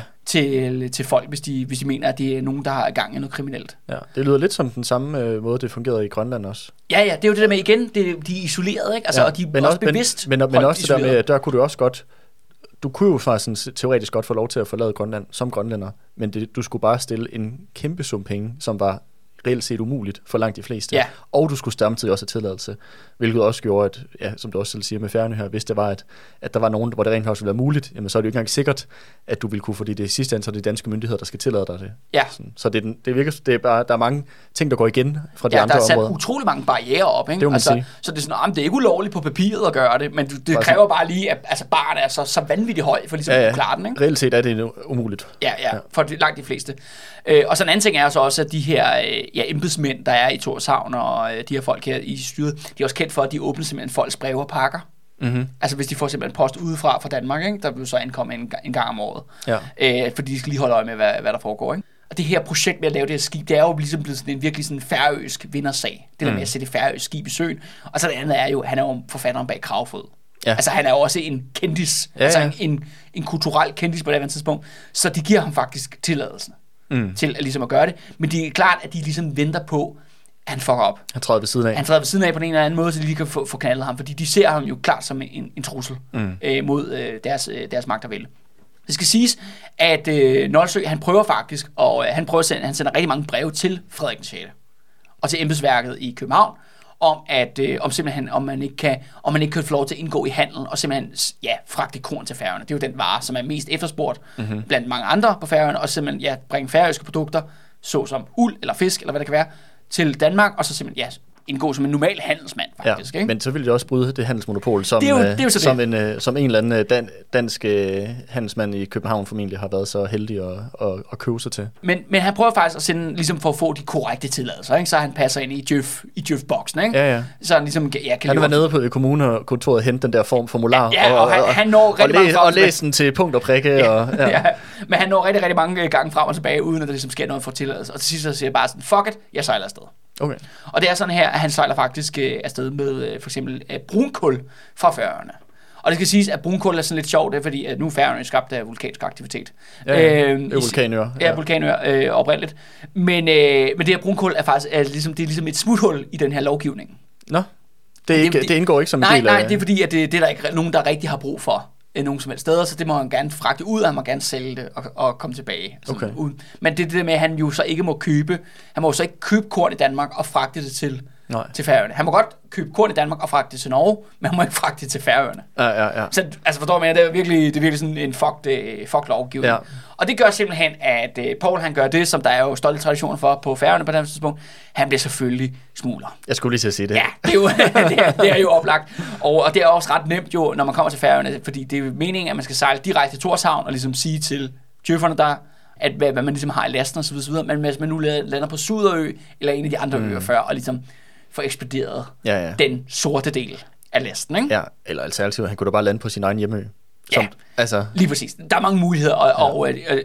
Til folk, hvis de mener, at det er nogen, der har gang i noget kriminelt. Ja, det lyder lidt som den samme måde, det fungerede i Grønland også. Ja, det er jo det der med igen, de er isoleret, ikke? Altså, og de er også bevidst. Men også det der med, der kunne du også godt, du kunne jo faktisk teoretisk godt få lov til at forlade Grønland som grønlænder, men du skulle bare stille en kæmpe sum penge, som var reelt set umuligt for langt de fleste. Ja. Og du skulle samtidig også have tilladelse, hvilket også gjorde, at, ja, som du også selv siger med Færøerne her, hvis det var, at der var nogen, hvor det rent faktisk ville være muligt, jamen så er det jo ikke engang sikkert, at du ville kunne, fordi det er sidste ende, så er det danske myndigheder, der skal tillade dig det. Ja. Så det virker, det er bare, der er mange ting, der går igen fra de andre områder. Ja, der er sat utrolig mange barrierer op, ikke? Det altså, så det er sådan, det er ikke ulovligt på papiret at gøre det, men det kræver bare lige, at barren er så vanvittigt høj, for ligesom at klare den, ikke? Reelt set er det umuligt. Ja, for langt de fleste. Og så en anden ting er så også, at de her embedsmænd, der er i Tórshavn, og de her folk her i styret, de er også kendt for, at de åbner simpelthen folks breve og pakker. Mm-hmm. Altså hvis de får simpelthen post udefra fra Danmark, ikke? Der vil så ankomme en gang om året. Ja. Fordi de skal lige holde øje med, hvad der foregår, ikke? Og det her projekt med at lave det her skib, det er jo ligesom blevet sådan en virkelig sådan færøsk vindersag. Det der med at sætte et færøsk skib i søen. Og så det andet er jo, han er jo forfatteren bag Kravfød. Ja. Altså han er jo også en kendis, altså en kulturel kendis på det andet tidspunkt. Så de giver ham faktisk tilladelsen til ligesom at gøre det. Men det er klart, at de ligesom venter på, at han fucker op. Han træder ved siden af. Han træder ved siden af på en eller anden måde, så de lige kan få knaldet ham. Fordi de ser ham jo klart som en trussel mod deres magt og vælde. Det skal siges, at Nolsø, han prøver faktisk, og han sender rigtig mange breve til Frederik den 6. og til embedsværket i København, om man ikke kan få lov til at indgå i handel og simpelthen fragte korn til Færøerne. Det er jo den vare, som er mest efterspurgt blandt mange andre på Færøerne, og simpelthen bringe færøske produkter, såsom uld eller fisk, eller hvad det kan være, til Danmark, og så simpelthen indgå som en normal handelsmand, faktisk. Ikke? Men så vil det også bryde det handelsmonopol, som en eller anden dansk handelsmand i København formentlig har været så heldig at købe sig til. Men han prøver faktisk at sende, ligesom for at få de korrekte tilladelser, ikke? Så han passer ind i Djøf-boksen, ikke? Ja. Så han ligesom kan han var nede på kommunekontoret og hente den der formular, og han når rigtig mange og læse den til punkt og prikke. Men han når rigtig, rigtig mange gange frem og tilbage, uden at der ligesom sker noget for tilladelse. Og til sidst så siger jeg bare sådan, fuck it, jeg sejler afsted. Okay. Og det er sådan her, at han sejler faktisk afsted med for eksempel brunkul fra Færøerne. Og det skal siges, at brunkul er sådan lidt sjovt, det er fordi, at nu er Færøerne skabt af vulkansk aktivitet. Det er vulkanøer. Ja, vulkanøer oprindeligt. Men det her brunkul er faktisk det er ligesom et smuthul i den her lovgivning. Nå, det indgår ikke som en del af... Nej, det er fordi, at det er der ikke nogen, der rigtig har brug for nogen som helst steder, så det må han gerne fragte ud, og han må gerne sælge det og komme tilbage. Okay. Men det er det med, at han jo så ikke må købe, han må jo så ikke købe korn i Danmark og fragte det til Færøerne. Han må godt købe korn i Danmark og fragte det til Norge, men han må ikke fragte det til Færøerne. Ja. Så altså forstår man, det er virkelig sådan en fuck lovgivning. Ja. Og det gør simpelthen, at Poul han gør det, som der er jo stolte traditioner for på Færøerne på det tidspunkt. Han bliver selvfølgelig smugler. Jeg skulle lige til at sige det. Ja, det er jo, det er jo oplagt. Og det er også ret nemt jo, når man kommer til Færøerne, fordi det er meningen, at man skal sejle direkte til Tórshavn og ligesom sige til djøfferne der, at hvad man ligesom har i lasten og så videre. Men hvis man nu lander på Suderø eller en af de andre øer før, og ligesom får ekspederet den sorte del af lasten, ikke? Ja, eller alternativt, han kunne da bare lande på sin egen hjemmeø. Ja, lige præcis. Der er mange muligheder, og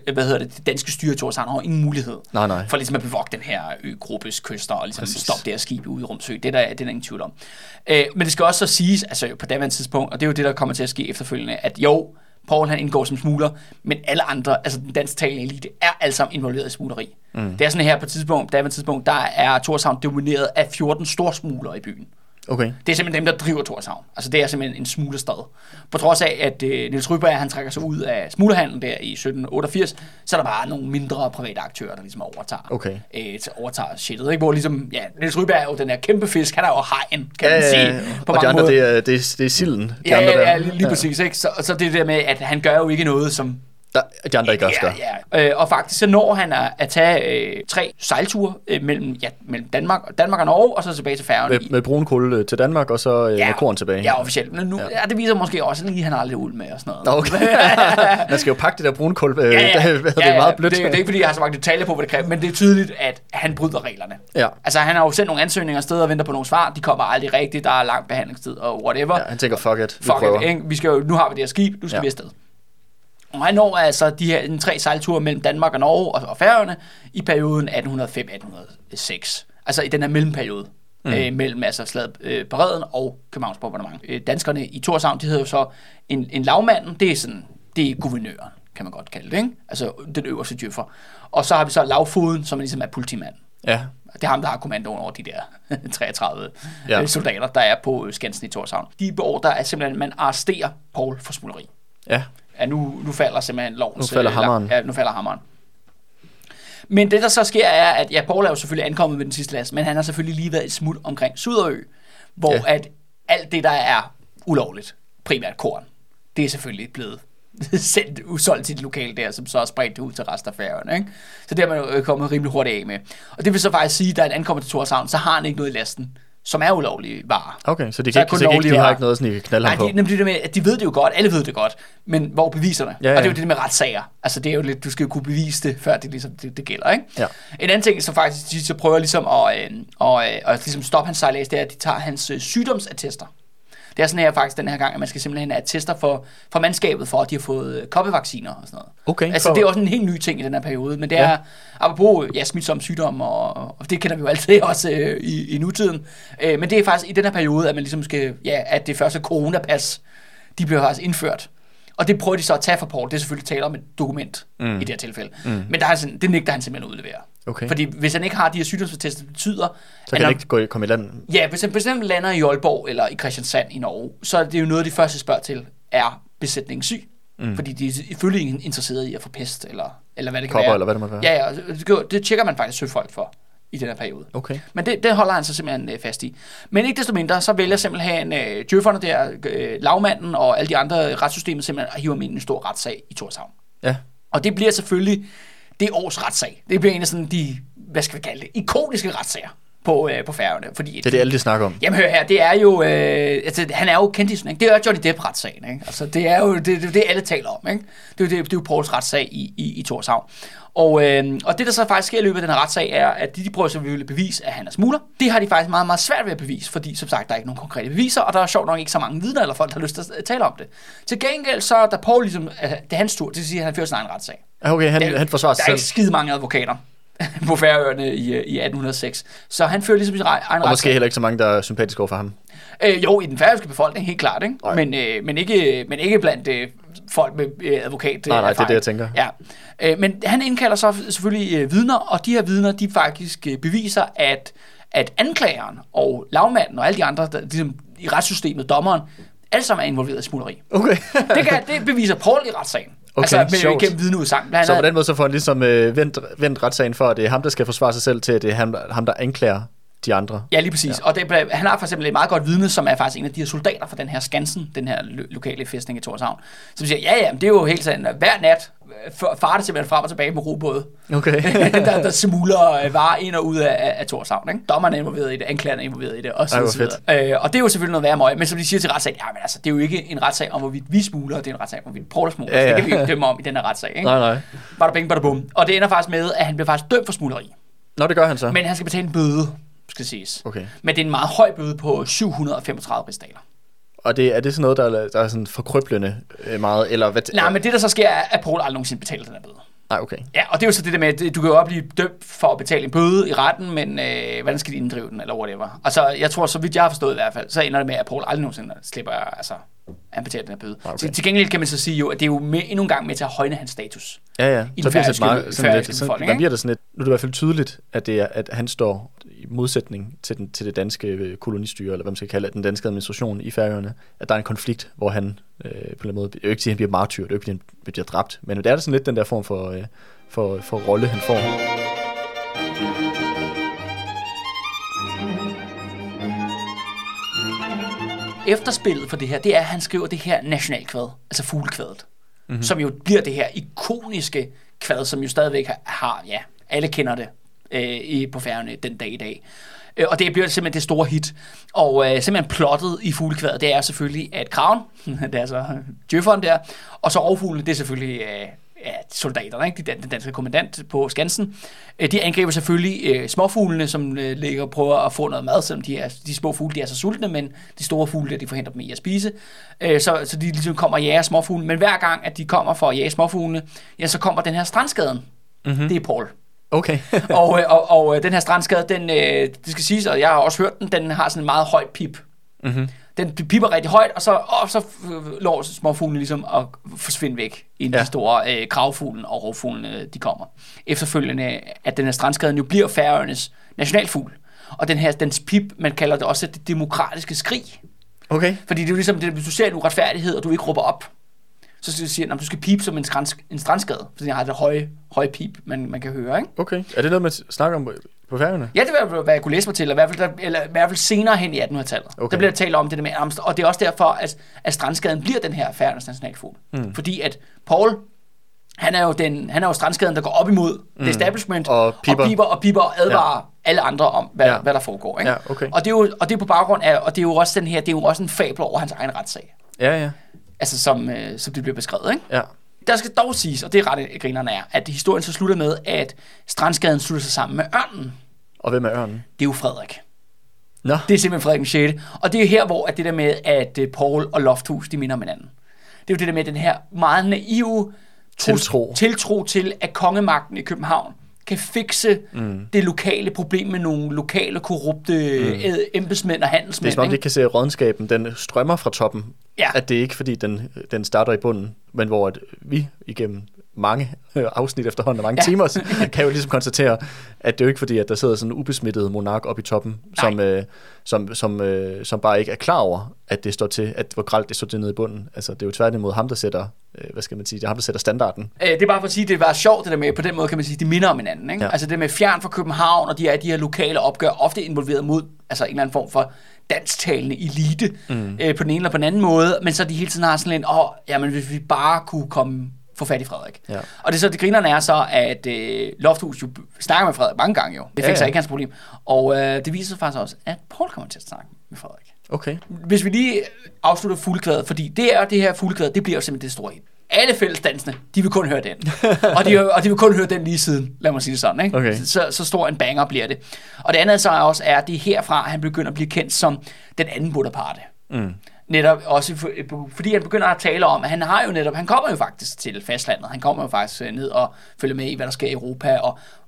det danske styre Tórshavn har ingen mulighed for ligesom at bevogte den her øgruppes kyster og ligesom stoppe det her skib ude i Rumsø. Det er der ingen tvivl om. Men det skal også så siges, altså på daværende tidspunkt, og det er jo det, der kommer til at ske efterfølgende, at jo, Poul han indgår som smugler, men alle andre, altså den dansktalende elite, er alle sammen involveret i smugleri. Det er sådan her på daværende tidspunkt, der er Tórshavn domineret af 14 storsmuglere i byen. Okay. Det er simpelthen dem, der driver Tórshavn. Altså det er simpelthen en smuglerstad. På trods af, at Niels Ryberg, han trækker sig ud af smuglerhandlen der i 1788, så er der bare nogle mindre private aktører, der ligesom overtager shitet. Ikke? Hvor ligesom, Niels Ryberg er jo den her kæmpe fisk, han er jo hajen, kan man sige. På og de andre, måder. det er silden. Lige præcis. Ikke? Så det der med, at han gør jo ikke noget, som de andre ikke også gør. Og faktisk så når han at tage 3 sejlture mellem Danmark og Norge, og så tilbage til Færøerne. Med brunkul til Danmark, og så med korn tilbage. Ja, officielt. Men nu, det viser måske også, at han har lidt uld med og sådan noget. Okay. Man skal jo pakke det der brunkul. Det er meget blødt. Det er ikke fordi, jeg har så mange detaljer på, hvad det kræver, men det er tydeligt, at han bryder reglerne. Ja. Altså, han har jo sendt nogle ansøgninger afsted og venter på nogle svar. De kommer aldrig rigtigt. Der er lang behandlingstid og whatever. Ja, han tænker, fuck it. Nu har vi det her skib, nu skal vi afsted. Og han når altså de her 3 sejlture mellem Danmark og Norge og Færøerne i perioden 1805-1806. Altså i den her mellemperiode mellem altså slaget på Reden og Københavns bombardement. Danskerne i Tórshavn, de hedder jo så en lavmanden, det er guvernøren, kan man godt kalde det, ikke? Altså den øverste djøffer. Og så har vi så lavfoden, som ligesom er politimanden. Ja. Det er ham, der har kommandoen over de der 33 soldater, der er på skansen i Tórshavn. De beordrer, at simpelthen man arresterer Poul for smugleri. Ja. Ja, nu falder simpelthen loven. Nu falder hammeren. Nu falder hammeren. Men det, der så sker, er, at Poul er jo selvfølgelig ankommet med den sidste last, men han har selvfølgelig lige været et smut omkring Suderø, hvor at alt det, der er ulovligt, primært korn, det er selvfølgelig blevet sendt udsolgt til et lokal der, som så er spredt ud til resten af Færøerne, ikke? Så det har man jo kommet rimelig hurtigt af med. Og det vil så faktisk sige, at da han ankommer til Tórshavn, så har han ikke noget i lasten, som er ulovlige varer. Okay, så de har ikke noget, sådan de kan knalde ham på? Nej, det med, at de ved det jo godt, alle ved det godt, men hvor beviserne? Ja. Og det er jo det med retssager. Altså det er jo lidt, du skal jo kunne bevise det, før det ligesom det gælder, ikke? Ja. En anden ting, som faktisk de så prøver ligesom at ligesom stoppe hans sejlads, det er, at de tager hans sygdomsattester. Det er sådan her faktisk den her gang, at man skal simpelthen have attester for mandskabet for, at de har fået koppevacciner og sådan noget. Okay. Altså det er også en helt ny ting i den her periode, men det er apropos smitsomme sygdomme, og det kender vi jo altid også i nutiden. Men det er faktisk i den her periode, at man ligesom skal, at det første coronapas, de bliver faktisk indført. Og det prøver de så at tage fra Poul. Det er selvfølgelig tale om et dokument i det her tilfælde. Men det nægter han simpelthen at udlevere. Okay. Fordi hvis han ikke har de her sygdomsattester, det betyder... Så kan han ikke komme i land? Ja, hvis han bestemt lander i Aalborg eller i Kristiansand i Norge, så er det jo noget af det første, spørger til, er besætningen syg? Fordi de er selvfølgelig ikke interesserede i at få pest, eller hvad det kan være. Eller hvad det må være. Ja, det tjekker man faktisk søfolk for i den her periode. Okay. Men det holder han så simpelthen fast i. Men ikke desto mindre, så vælger simpelthen djøfferne der, lavmanden og alle de andre retssystemer simpelthen at hive ham ind i en stor retssag i Tórshavn. Ja. Og det bliver selvfølgelig det års retssag. Det bliver en af sådan de, hvad skal vi kalde det, ikoniske retssager på Færøerne. Fordi det er det alle, de snakker om. Jamen hør her, det er jo, han er jo kendisen, ikke? Det er jo Johnny Depp-retssagen, ikke? Altså det er jo det alle taler om, ikke? Det er jo Pauls retssag i Tórshavn. Og det, der så faktisk sker i løbet af den her retssag, er, at de prøver selvfølgelig at bevise, at han er smugler. Det har de faktisk meget, meget svært ved at bevise, fordi som sagt, der er ikke nogen konkrete beviser, og der er sjovt nok ikke så mange vidner, eller folk, der har lyst til at tale om det. Til gengæld, så da Poul ligesom, det er hans tur, det vil sige, at han fører sin egen retssag. Okay, han forsvarer sig selv. Der er ikke skide mange advokater. på Færøerne i 1806. Så han fører ligesom sin egen retssag. Og måske heller ikke så mange, der er sympatiske over for ham. Jo, i den færøske befolkning, helt klart, ikke? Men ikke blandt folk med advokat. Nej, det er det, jeg tænker. Ja. Men han indkalder så selvfølgelig vidner, og de her vidner, de faktisk beviser, at anklageren og lagmanden og alle de andre, der, ligesom i retssystemet, dommeren, alle sammen er involveret i smugleri. Okay. det beviser Paul i retssagen. Okay, altså gennem vidneudsagn. Så på den måde så får han ligesom vendt retssagen for, at det er ham, der skal forsvare sig selv, til at det er ham, der anklager de andre. Ja, lige præcis. Ja. Og han har for eksempel et meget godt vidne, som er faktisk en af de her soldater fra den her Skansen, den her lokale fæstning i Tórshavn, som siger, ja, det er jo helt sådan, hver nat farer det simpelthen frem og tilbage med robåde. Okay. der smugler varer ind og ud af Tórshavn, ikke? Dommeren er involveret i det, anklageren er involveret i det, og så videre. Og det er jo selvfølgelig noget værre møg, men som de siger til retssagen, ja, men altså, det er jo ikke en retssag om, hvorvidt vi smugler, det er en retssag om, hvorvidt Paul smugler. Ja. Det kan vi jo ikke dømme om i den her retssag, ikke? Nej. Bada bing, bada bum. Og det ender faktisk med, at han bliver faktisk dømt for smugleri. Nå, det gør han så. Men han skal betale en bøde, skal siges. Okay. Men det er en meget høj bøde på 735 rigsdaler. Og er det sådan noget, der er sådan forkrøblende meget? Eller hvad Nej, men det der så sker, er, at Paul aldrig nogensinde betaler den her bøde. Nej, okay. Ja, og det er jo så det der med, at du kan jo også blive dømt for at betale en bøde i retten, men hvordan skal de inddrive den, eller whatever. Og så, jeg tror, så vidt jeg har forstået i hvert fald, så ender det med, at Paul aldrig nogensinde slipper, han betaler den her bøde. Okay. Så til gengæld kan man så sige jo, at det er jo endnu en gang med til at højne hans status. Ja. I så bliver det sådan lidt, nu er det i hvert fald tydeligt, at han står i modsætning til det danske kolonistyre, eller hvad man skal kalde det, den danske administration i Færøerne, at der er en konflikt, hvor han på en måde, jeg vil ikke sige, at han bliver martyr, det er ikke, at han bliver dræbt, men det er sådan lidt den der form for rolle, han får. Efterspillet for det her, det er, at han skriver det her nationalkvad, altså fuglekvadet, som jo bliver det her ikoniske kvad, som jo stadigvæk har alle kender det på Færøerne den dag i dag. Og det bliver simpelthen det store hit. Og simpelthen plottet i fuglekvadet, det er selvfølgelig, at kraven, det er så djøfferen der, og så rovfuglene, det er selvfølgelig soldaterne, ikke? Den danske kommandant på Skansen. De angriber selvfølgelig småfuglene, som ligger og prøver at få noget mad, selvom de små fugle, de er så sultne, men de store fugle, de forhindrer dem i at spise. Så de ligesom kommer og jager småfuglene. Men hver gang, at de kommer for at jage småfuglene, ja, så kommer den her strandskaden. Det er Paul. Okay. og den her strandskade, det skal siges, og jeg har også hørt den har sådan en meget høj pip. Den pipper rigtig højt, og så lår småfuglene ligesom at forsvinde væk, inden de store kravfuglen og rovfuglene, de kommer. Efterfølgende, at den her strandskaden jo bliver Færøernes nationalfugl. Og dens pip, man kalder det også det demokratiske skrig. Okay. Fordi det er jo ligesom, hvis du ser en uretfærdighed, og du ikke råber op, så siger at du skal pipe som en strandskade, fordi jeg har det høje pip, man kan høre, ikke? Okay. Er det noget, man snakker om på Færøerne? Ja, det var, hvad jeg kunne læse mig til, eller i hvert fald senere hen i 1800-tallet. Okay. Der bliver der talt om det der med Amsterdam, og det er også derfor, at strandskaden bliver den her Færøernes nationalfugl. Fordi at Paul, han er jo strandskaden, der går op imod det establishment, og piper og advarer alle andre om, hvad der foregår, ikke? Ja, okay. Og det er på baggrund af, og det er jo også det er jo også en fabel over hans egen retssag. Ja. Altså som det bliver beskrevet, ikke? Ja. Der skal dog siges, og det er ret grinerne er, at historien så slutter med, at strandskaden slutter sig sammen med ørnen. Og hvem er ørnen? Det er jo Frederik. Nå. Det er simpelthen Frederik den 6. Og det er her, hvor at det der med, at Paul og Lofthus, de minder om hinanden. Det er jo det der med den her meget naive tiltro til, at kongemagten i København kan fikse det lokale problem med nogle lokale korrupte embedsmænd og handelsmænd. Det er som om de kan se, at rådenskaben den strømmer fra toppen. Ja. At det er ikke fordi den starter i bunden, men hvor at vi igennem mange afsnit efterhånden og mange timer kan jo ligesom konstatere, at det er jo ikke fordi, at der sidder sådan en ubesmittet monark oppe i toppen, som bare ikke er klar over, at det står til, at hvor grelt det står til nede i bunden. Altså det er jo tværtimod ham, der sætter, det er ham, der sætter standarden. Det er bare for at sige, at det var sjovt det der med, på den måde kan man sige, de minder om hinanden, ikke? Ja. Altså det med fjern fra København, og de her lokale opgør, ofte involveret mod altså en eller anden form for dansktalende elite på den ene eller på den anden måde, men så de hele tiden har sådan en, hvis vi bare kunne få fat i Frederik. Ja. Og det så det grinerne er så, at Lofthus jo snakker med Frederik mange gange jo. Det fik så ikke hans problem. Og det viser sig faktisk også, at Paul kommer til at snakke med Frederik. Okay. Hvis vi lige afslutter fuglekvadet, fordi det her fuglekvad, det bliver jo simpelthen det store hit. Alle fællesdansene, de vil kun høre den. og de vil kun høre den lige siden, lad mig sige det sådan, ikke? Okay. Så stor en banger bliver det. Og det andet så også er, det herfra, han begynder at blive kendt som den anden Bonaparte. Netop også fordi han begynder at tale om, at han kommer jo faktisk til fastlandet. Han kommer jo faktisk ned og følger med i, hvad der sker i Europa,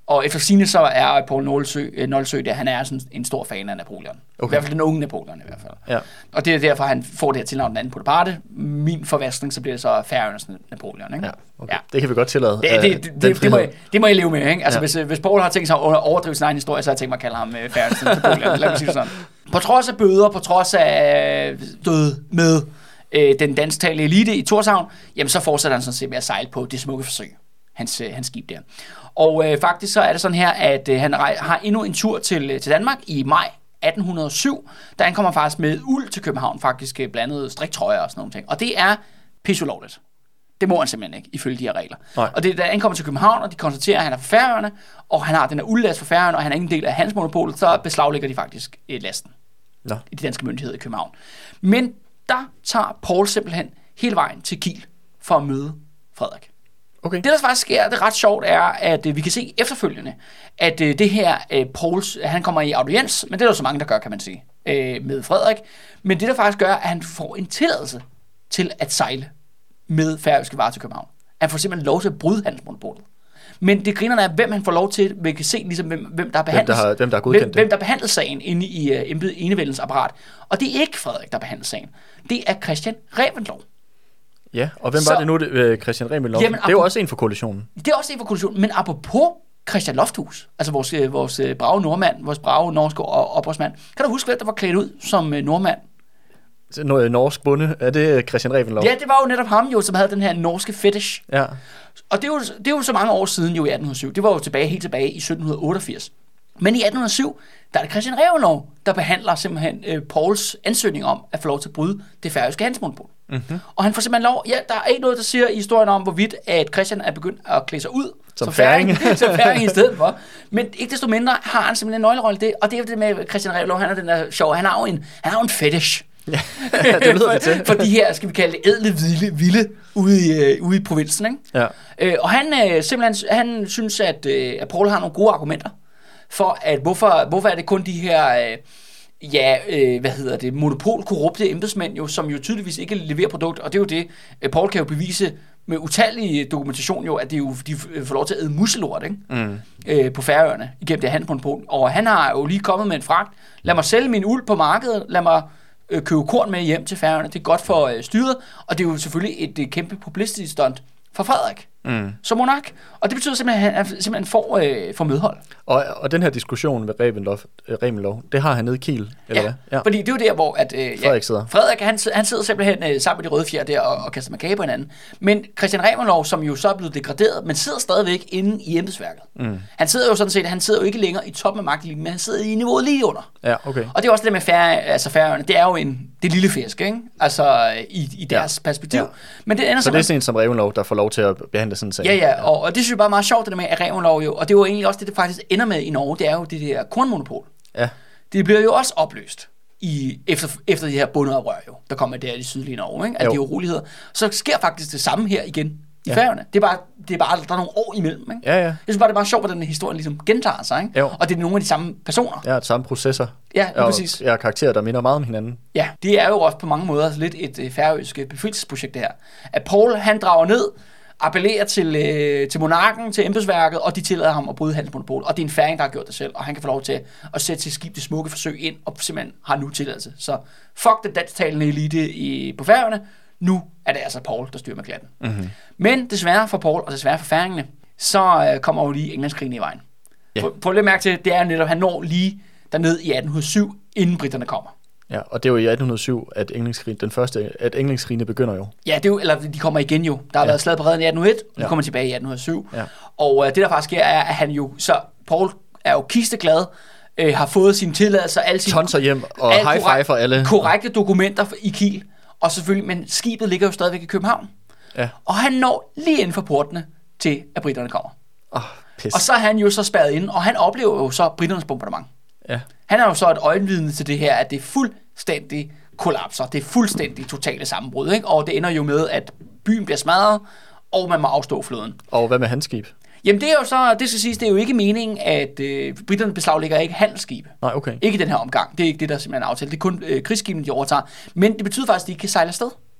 Og efter sigende så er Poul Nolsøe der, han er sådan en stor fan af Napoleon. Okay. I hvert fald den unge Napoleon i hvert fald. Ja. Og det er derfor, han får det her tilnavn den anden Bonaparte. Min forvaskning, så bliver det så Færøernes Napoleon, ikke? Ja, okay. Ja. Det kan vi godt tillade. Det må jeg leve med, ikke? Altså, hvis Poul har tænkt sig at overdrive sin egen historie, så har jeg tænkt mig at kalde ham Færøernes Napoleon. Lad mig sige det sådan. På trods af bøder, på trods af død med den dansktalige elite i Tórshavn, jamen så fortsætter han sådan set med at sejle på det smukke forsøg, hans skib der. Og faktisk så er det sådan her, at han har endnu en tur til Danmark i maj 1807, da han kommer faktisk med uld til København, faktisk blandet striktrøjer og sådan nogle ting. Og det er pisseulovligt. Det må han simpelthen ikke, ifølge de her regler. Nej. Og det er, da han kommer til København, og de konstaterer, at han er fra Færøerne, og han har den her uldlast fra Færøerne, og han er ikke en del af handelsmonopolet, så beslaglægger de faktisk lasten i de danske myndigheder i København. Men der tager Poul simpelthen hele vejen til Kiel for at møde Frederik. Okay. Det, der faktisk sker, det er ret sjovt, er, at vi kan se efterfølgende, at det her Pouls, han kommer i audiens, men det er der så mange, der gør, kan man sige, med Frederik. Men det, der faktisk gør, at han får en tilladelse til at sejle med færøske varer til København. Han får simpelthen lov til at bryde handelsmonopolet. Men det grinerne er, hvem han får lov til. Vi kan se ligesom, hvem der har godkendt hvem der behandler sagen inde i enevældens apparat. Og det er ikke Frederik, der behandler sagen. Det er Christian Reventlow. Ja, og hvem var det nu, Christian Reventlow? Det er jo også en for koalitionen. Det er også en for koalitionen, men apropos Christian Lofthus, altså vores brave nordmand, vores brave norske oprørsmand. Kan du huske, hvem der var klædt ud som nordmand? Noget norsk bonde, er det Christian Reventlow? Ja, det var jo netop ham jo, som havde den her norske fetish. Ja. Og det er jo så mange år siden jo i 1807. Det var jo helt tilbage i 1788. Men i 1807, der er det Christian Reventlow, der behandler simpelthen Pouls ansøgning om at få lov til at bryde det færøske handelsmonopol. Mm-hmm. Og han får simpelthen lov, der er ikke noget, der siger i historien om, hvorvidt at Christian er begyndt at klæde sig ud som færing i stedet for. Men ikke desto mindre har han simpelthen en nøglerolle det, og det er det med Christian Reventlow, han er den der sjov, han har jo en fetish. Ja, det lyder det til. For de her, skal vi kalde det, ædle vilde ude i provinsen, ikke? Ja. Og han synes, at Poul har nogle gode argumenter for, at hvorfor er det kun de her monopolkorrupte embedsmænd, jo, som jo tydeligvis ikke leverer produkt, og det er jo det, Poul kan jo bevise med utallige dokumentation jo, at de får lov til at æde muselort, ikke? På Færøerne igennem det handelsmonopol. Og han har jo lige kommet med en fragt. Lad mig sælge min uld på markedet, lad mig købe korn med hjem til Færøerne. Det er godt for styret, og det er jo selvfølgelig et kæmpe publicity stunt for Frederik som monark. Og det betyder simpelthen, at han simpelthen får medhold. Og den her diskussion med Reventlow, det har han nede i Kiel, eller hvad? Ja, fordi det er jo der, hvor Frederik sidder. Frederik, han sidder simpelthen sammen med de røde fjer der og kaster med kage på hinanden. Men Christian Reventlow, som jo så er blevet degraderet, men sidder stadigvæk inde i embedsværket. Han sidder jo ikke længere i toppen af magtlinjen, men han sidder i niveauet lige under. Ja, okay. Og det er også det med Færøerne. Det er jo det lille fisk, ikke? Altså i deres perspektiv. Ja. Men det ender så det er sådan en som Reventlow, der får lov til at behandle sådan en sag. Ja, og det synes jeg bare er meget sjovt, det der med, at Reventlow jo, og det er jo egentlig også det faktisk ender med i Norge, det er jo det der kornmonopol. Ja. Det bliver jo også opløst efter de her bondeoprør jo, der kommer der i det sydlige Norge, ikke? At de uroligheder. Så sker faktisk det samme her igen i Færøerne. Det er bare, der er nogle år imellem, ikke? Ja. Jeg synes bare, det er meget sjovt, at den historie ligesom gentager sig, ikke? Jo. Og det er nogle af de samme personer. Ja, samme processer. Ja, præcis. Ja, karakterer, der minder meget om hinanden. Ja, det er jo også på mange måder lidt et færøsk befrielsesprojekt det her. At Poul, han drager ned, appellerer til monarken, til embedsværket, og de tillader ham at bryde handelsmonopol. Og det er en færing, der har gjort det selv, og han kan få lov til at sætte sit skib det smukke forsøg ind, og simpelthen har nu tilladelse. Så fuck den dansktalende elite på Færøerne. Nu er det altså Poul, der styrer med klatten. Mm-hmm. Men desværre for Poul, og desværre for færingene, så kommer jo lige Englandskrigen i vejen. Yeah. Prøv lige at mærke til, det er netop, han når lige derned i 1807, inden britterne kommer. Ja, og det er jo i 1807, at Englandskrigene begynder jo. Ja, det er jo, eller de kommer igen jo. Der har været slaget på Reden i 1801, og de kommer tilbage i 1807. Ja. Og det, der faktisk sker, er, at han jo, så Poul er jo kisteglad, har fået sine tilladelser, alle sine tonser hjem, og high five for alle. Korrekte dokumenter i Kiel, og selvfølgelig, men skibet ligger jo stadigvæk i København. Ja. Og han når lige inden for portene til, at britterne kommer. Og så er han jo så spærret inde, og han oplever jo så britternes bombardement. Ja. Han er jo så et øjenvidne til det her, at det er fuldstændig kollapser. Det er fuldstændig totale sammenbrud, ikke? Og det ender jo med, at byen bliver smadret, og man må afstå flåden. Og hvad med hans skib? Jamen det er jo så, det skal siges, det er jo ikke meningen, at britterne beslaglægger ikke handelsskibe. Nej, okay. Ikke i den her omgang. Det er ikke det, der simpelthen er aftalt. Det er kun krigsskibene, de overtager. Men det betyder faktisk, at de ikke kan sejle afsted.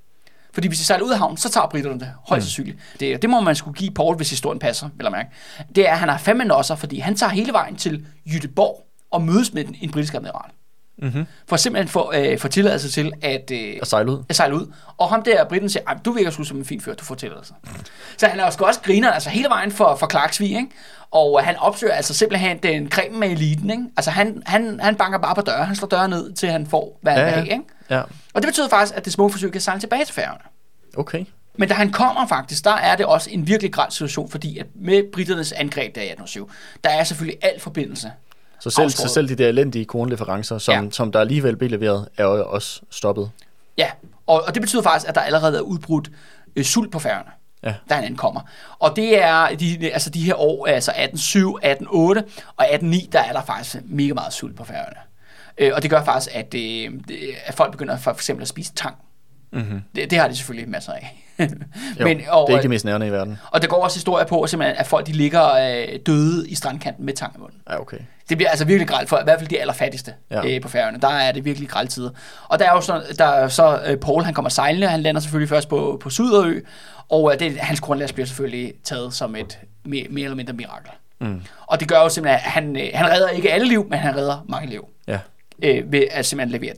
Fordi hvis de sejler ud af havnen, så tager britterne det, højst sandsynligt. Det må man skulle give Paul, hvis historien passer, vil jeg mærke. Det er, at han har fandme nosser, fordi han tager hele vejen til Jødeborg og mødes med en britisk admiral. Mm-hmm. For simpelthen få tilladelse til at sejle ud. Og ham der, britten, siger, du virker sgu som en fin fyr, du får tilladelse. Så han er jo sgu også griner, altså hele vejen for Klaksvik, ikke? Og han opsøger altså simpelthen den cremen med eliten, ikke? Altså han banker bare på døre, han slår døren ned, til han får, hvad han vil have, ikke? Ja. Og det betyder faktisk, at det små forsøg kan sejle tilbage til Færøerne. Okay. Men da han kommer faktisk, der er det også en virkelig grel situation, fordi at med britternes angreb der i 1807, der er selvfølgelig al forbindelse. Så selv de der elendige kornleverancer, som der alligevel blev leveret, er jo også stoppet. Ja, og det betyder faktisk, at der allerede er udbrudt sult på Færøerne, da han ankommer. Og det er de her år, altså 1807, 1808 og 1809, der er der faktisk mega meget sult på Færøerne. Og det gør faktisk, at folk begynder for eksempel at spise tang. Mm-hmm. Det har de selvfølgelig masser af. Jo, det er ikke det mest nærende i verden. Og der går også historier på, at folk de ligger døde i strandkanten med tang i munden. Ja, okay. Det bliver altså virkelig grelt for i hvert fald de allerfattigste på Færøerne. Der er det virkelig grelt tider. Og der er jo så Paul, han kommer sejlende, han lander selvfølgelig først på Suderø, og hans grundlast bliver selvfølgelig taget som et mere eller mindre mirakel. Mm. Og det gør jo simpelthen, at han redder ikke alle liv, men han redder mange liv. Ja. Ved at simpelthen levere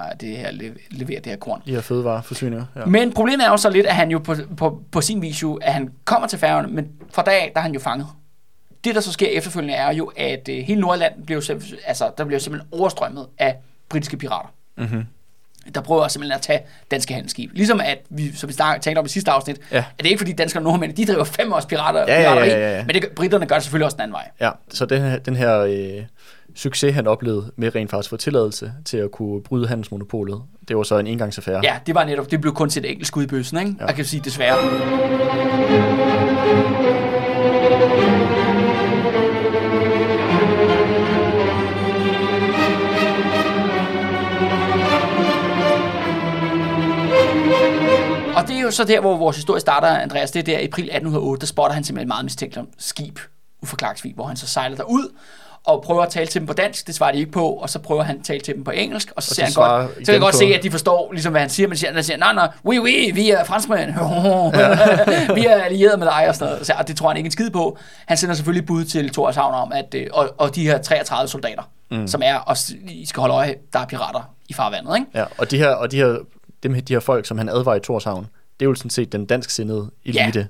det her korn. De her fødevareforsyninger. Ja. Men problemet er jo så lidt, at han jo på sin vis jo, at han kommer til Færøerne, men fra dag af, der er han jo fanget. Det, der så sker efterfølgende, er jo, at hele Nordland bliver simpelthen overstrømmet af britiske pirater. Mm-hmm. Der prøver simpelthen at tage danske handelsskib. Ligesom at som vi talte om i sidste afsnit, at det er ikke fordi danskere og nordmænd, de driver 5 års pirateri, men britterne gør det selvfølgelig også den anden vej. Ja, så den her succes, han oplevede med rent faktisk få tilladelse til at kunne bryde handelsmonopolet, det var så en engangsaffære. Ja, det var netop, det blev kun til et enkelt skud i bøssen, ikke? Ja. Jeg kan sige desværre. Og det er jo så der, hvor vores historie starter, Andreas. Det er der i april 1808, der spotter han simpelthen meget mistænkt skib ud for Klaksvik, hvor han så sejler derud og prøver at tale til dem på dansk. Det svarer de ikke på, og så prøver han at tale til dem på engelsk, og så ser han godt, så kan jeg godt se, at de forstår, ligesom hvad han siger, men han siger, nej, oui, vi er franskmænd, vi er allieret med dig, og sådan noget. Og det tror han ikke en skid på. Han sender selvfølgelig bud til Tórshavn om, at og de her 33 soldater, som er, og I skal holde øje, der er pirater i farvandet, ikke? Ja, og de her folk, som han advarer i Tórshavn, det er jo sådan set den dansksindede elite,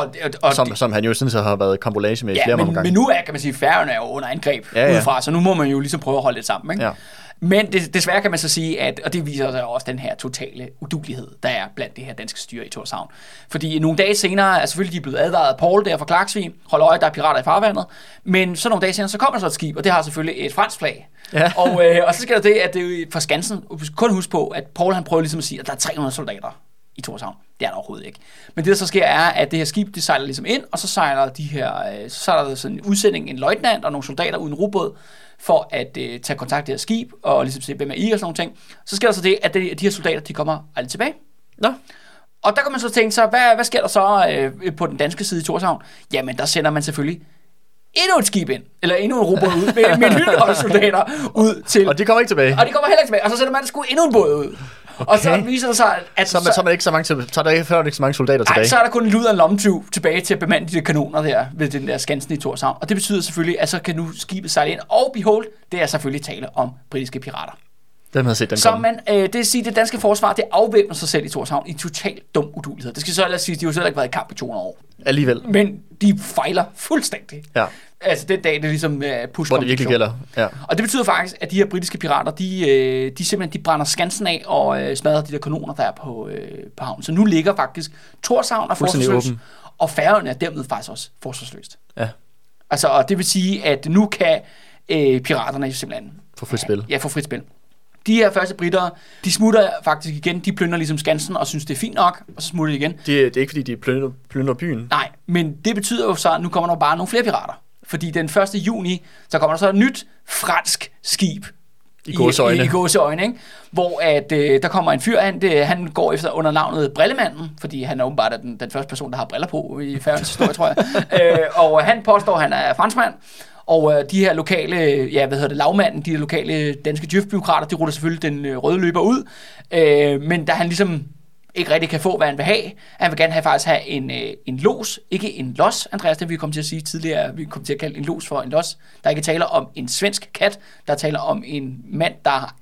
som han jo synes har været kambolage med i flere gange. Men nu kan man sige, at Færøerne er jo under angreb udefra, så nu må man jo ligesom prøve at holde det sammen, ikke? Ja. Men desværre kan man så sige, og det viser sig også den her totale udulighed, der er blandt det her danske styre i Tórshavn. Fordi nogle dage senere er selvfølgelig de blevet advaret af Paul der fra Klaksvik, hold øje, der er pirater i farvandet, men så nogle dage senere, så kommer så et skib, og det har selvfølgelig et fransk flag. Ja. Og så sker der det, at det fra Skansen, kun husk på, at Paul han prøver ligesom at sige, at der er 300 soldater i Tórshavn. Det er der overhovedet ikke. Men det der så sker er, at det her skib, det sejler ligesom ind, og så sejler så er der sådan en udsending, en løjtnant og nogle soldater uden robåd, for at tage kontakt med det her skib, og ligesom se, hvem er I og sådan nogle ting. Så sker der så det, at de her soldater, de kommer aldrig tilbage. Nå. Og der kan man så tænke sig, hvad sker der så på den danske side i Tórshavn? Jamen, der sender man selvfølgelig endnu et skib ind, eller endnu en robåd ud, med lynhøje soldater ud til... Og de kommer ikke tilbage. Og de kommer heller ikke tilbage, og så sender man sgu endnu en båd ud. Okay. Og så viser det sig, at... Så er der ikke så mange soldater tilbage. Nej, så er der kun en lud af en lommetyv tilbage til at bemande de kanoner der ved den der Skansen i Tórshavn. Og det betyder selvfølgelig, at så kan nu skibet sejle ind. Og behold, det er selvfølgelig tale om britiske pirater. Den har set den komme. Det vil sige, det danske forsvar, det afvæbner sig selv i Tórshavn i totalt dum udulighed. Det skal så ellers sige, de har jo selv ikke været i kamp i 200 år. Alligevel. Men de fejler fuldstændig. Ja. Altså den dag, det ligesom push. Hvor det virkelig gælder. Ja. Og det betyder faktisk, at de her britiske pirater, de simpelthen brænder Skansen af og smadrer de der kanoner, der er på havnen. Så nu ligger faktisk Tórshavn og forsvarsløst, og Færøerne er dermed faktisk også forsvarsløst. Ja. Altså, og det vil sige, at nu kan piraterne simpelthen få frit spil. Ja, få frit spil. De her første britter, de smutter faktisk igen, de plyndrer ligesom Skansen og synes, det er fint nok, og så smutter de igen. Det er ikke, fordi de plyndrer byen. Nej, men det betyder jo så, at nu kommer der bare nogle flere pirater. Fordi den 1. juni, så kommer der så et nyt fransk skib i gåseøjne, ikke? Hvor at, der kommer en fyr, han går efter under navnet Brillemanden, fordi han er åbenbart den første person, der har briller på i Færøernes historie, tror jeg. Og han påstår, at han er franskmand. Og de her lokale, lavmanden, de her lokale danske djøf-bureaukrater, de ruller selvfølgelig den røde løber ud. Men da han ligesom ikke rigtig kan få, hvad han vil have. Han vil gerne faktisk have en los, ikke en los, Andreas, det vi kom til at sige tidligere. Vi kom til at kalde en los for en los. Der ikke taler om en svensk kat, der taler om en mand, der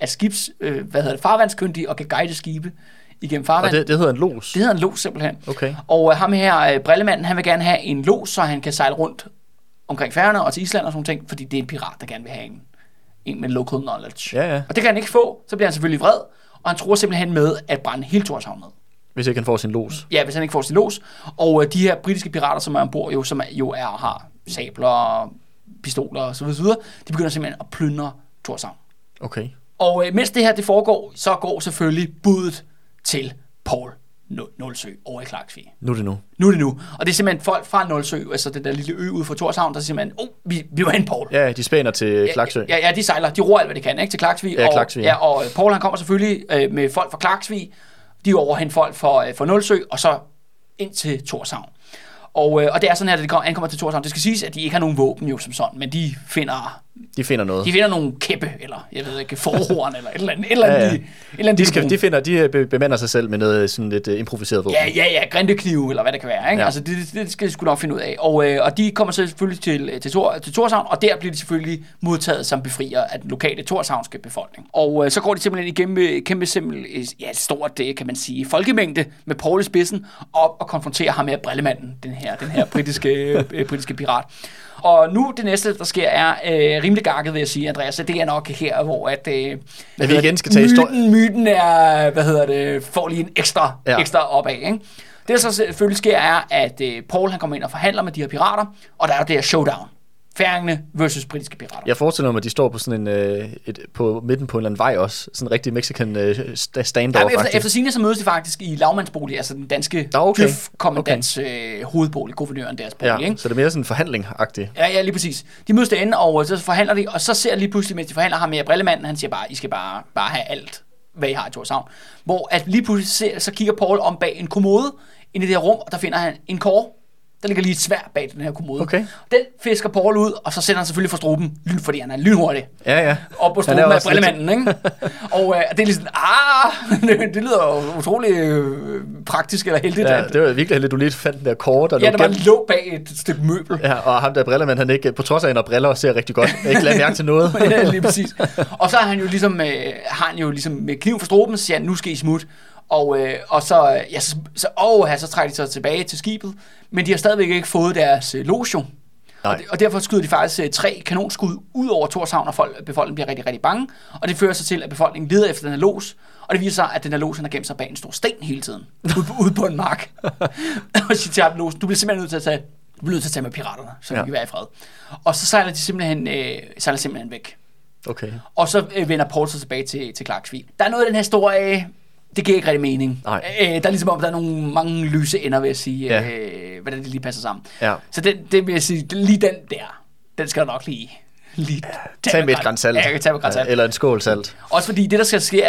er farvandskyndig og kan guide skibe igennem farvand. Og det hedder en los? Det hedder en los simpelthen. Okay. Og ham her, Brillemanden, han vil gerne have en los, så han kan sejle rundt omkring Færøerne og til Island og sådan ting, fordi det er en pirat, der gerne vil have en med local knowledge. Ja. Og det kan han ikke få, så bliver han selvfølgelig vred, og han tror simpelthen med at brænde hele Tórshavn ned. Hvis ikke han får sin los? Ja, hvis han ikke får sin los. Og de her britiske pirater, som er ombord, har sabler, pistoler og så videre, de begynder simpelthen at plyndre Tórshavn. Okay. Og mens det her det foregår, så går selvfølgelig budet til Poul Nolsø over i Klaksvík. Nu er det nu. Og det er simpelthen folk fra Nolsø, altså den der lille ø ude for Tórshavn, der simpelthen, vi vil hen, Poul. Ja, de spænder til Klaksø. Ja, de sejler, de roer alt, hvad de kan, ikke, til Klaksvík. Ja, Klaksvík. Ja, og Poul, han kommer selvfølgelig med folk fra Klaksvík, de er overhent folk for Nolsø, og så ind til Tórshavn. Og det er sådan her, at de ankommer til Tórshavn. Det skal siges, at de ikke har nogen våben jo som sådan, men de finder noget. De finder nogle kæppe, eller jeg ved ikke, forhorn, eller et eller andet. De bemander sig selv med noget sådan lidt improviseret våben. Ja, grindeknive, eller hvad det kan være. Ikke? Ja. Altså, det skal de sgu nok finde ud af. Og de kommer selvfølgelig til Tórshavn, og der bliver de selvfølgelig modtaget som befrier af den lokale tórshavnske befolkning. Og så går de simpelthen igennem kæmpe stort, kan man sige, folkemængde med Poul i spidsen, op og konfronterer ham med Brillemanden, den her britiske pirat. Og nu det næste, der sker, er rimelig gakket, vil jeg sige, Andreas. Det er nok her, hvor at vi igen skal tage myten er, får lige en ekstra opad. Ikke? Det, der så selvfølgelig sker, er, at Poul han kommer ind og forhandler med de her pirater, og der er jo det her showdown. Færingene versus britiske pirater. Jeg forestiller mig, at de står på sådan på midten på en eller anden vej også. Sådan en rigtig Mexican standoff. Ja, efter sigende så mødes de faktisk i lavmandsbolig, altså den danske kommandants hovedbolig, guvernøren deres bolig. Ja, ikke? så det er mere sådan forhandling-agtigt. Ja, lige præcis. De mødes derinde, og så forhandler de, og så ser lige pludselig, mens de forhandler ham med Brillemanden, han siger bare, I skal bare have alt, hvad I har i Tórshavn. Hvor at lige pludselig så kigger Poul om bag en kommode ind i det her rum, og der finder han en kåre. Der ligger lige et sværd bag den her kommode. Okay. Den fisker Poul ud, og så sætter han selvfølgelig for struben, fordi han er lynhurtig. Ja. Og på struben af Brillemanden, ikke? Og det er lige sådan, det lyder utrolig praktisk eller heldigt. Ja, det var virkelig heldigt, du lige fandt den der kåre, der der var lå bag et stykke møbel. Ja, og ham der Brillemanden, han ikke, på trods af, at han briller og ser rigtig godt, ikke lader mærke til noget. Ja, lige præcis. Og så har han jo ligesom med kniven for struben, så siger han, nu skal I smutte. Og så trækker de sig tilbage til skibet, men de har stadigvæk ikke fået deres loge. Og derfor skyder de faktisk 3 kanonskud ud over Tórshavn, og befolkningen bliver rigtig, rigtig bange. Og det fører sig til, at befolkningen leder efter den her loge, og det viser sig, at den her loge har gemt sig bag en stor sten hele tiden, ude på en mark. Og siger til ham, du bliver simpelthen nødt til at tage med piraterne, så de kan være i fred. Og så sejler de simpelthen væk. Okay. Og så vender Poul sig tilbage til Klaksvík. Der er noget af den her historie. Det giver ikke rigtig mening. Der er ligesom om, der er mange lyse ender, vil jeg sige, hvordan det lige passer sammen. Ja. Så det vil jeg sige, lige den der, den skal nok lige tage med et gran salt. Ja, tage med gran salt. Eller en skål salt. Også fordi det, der skal ske,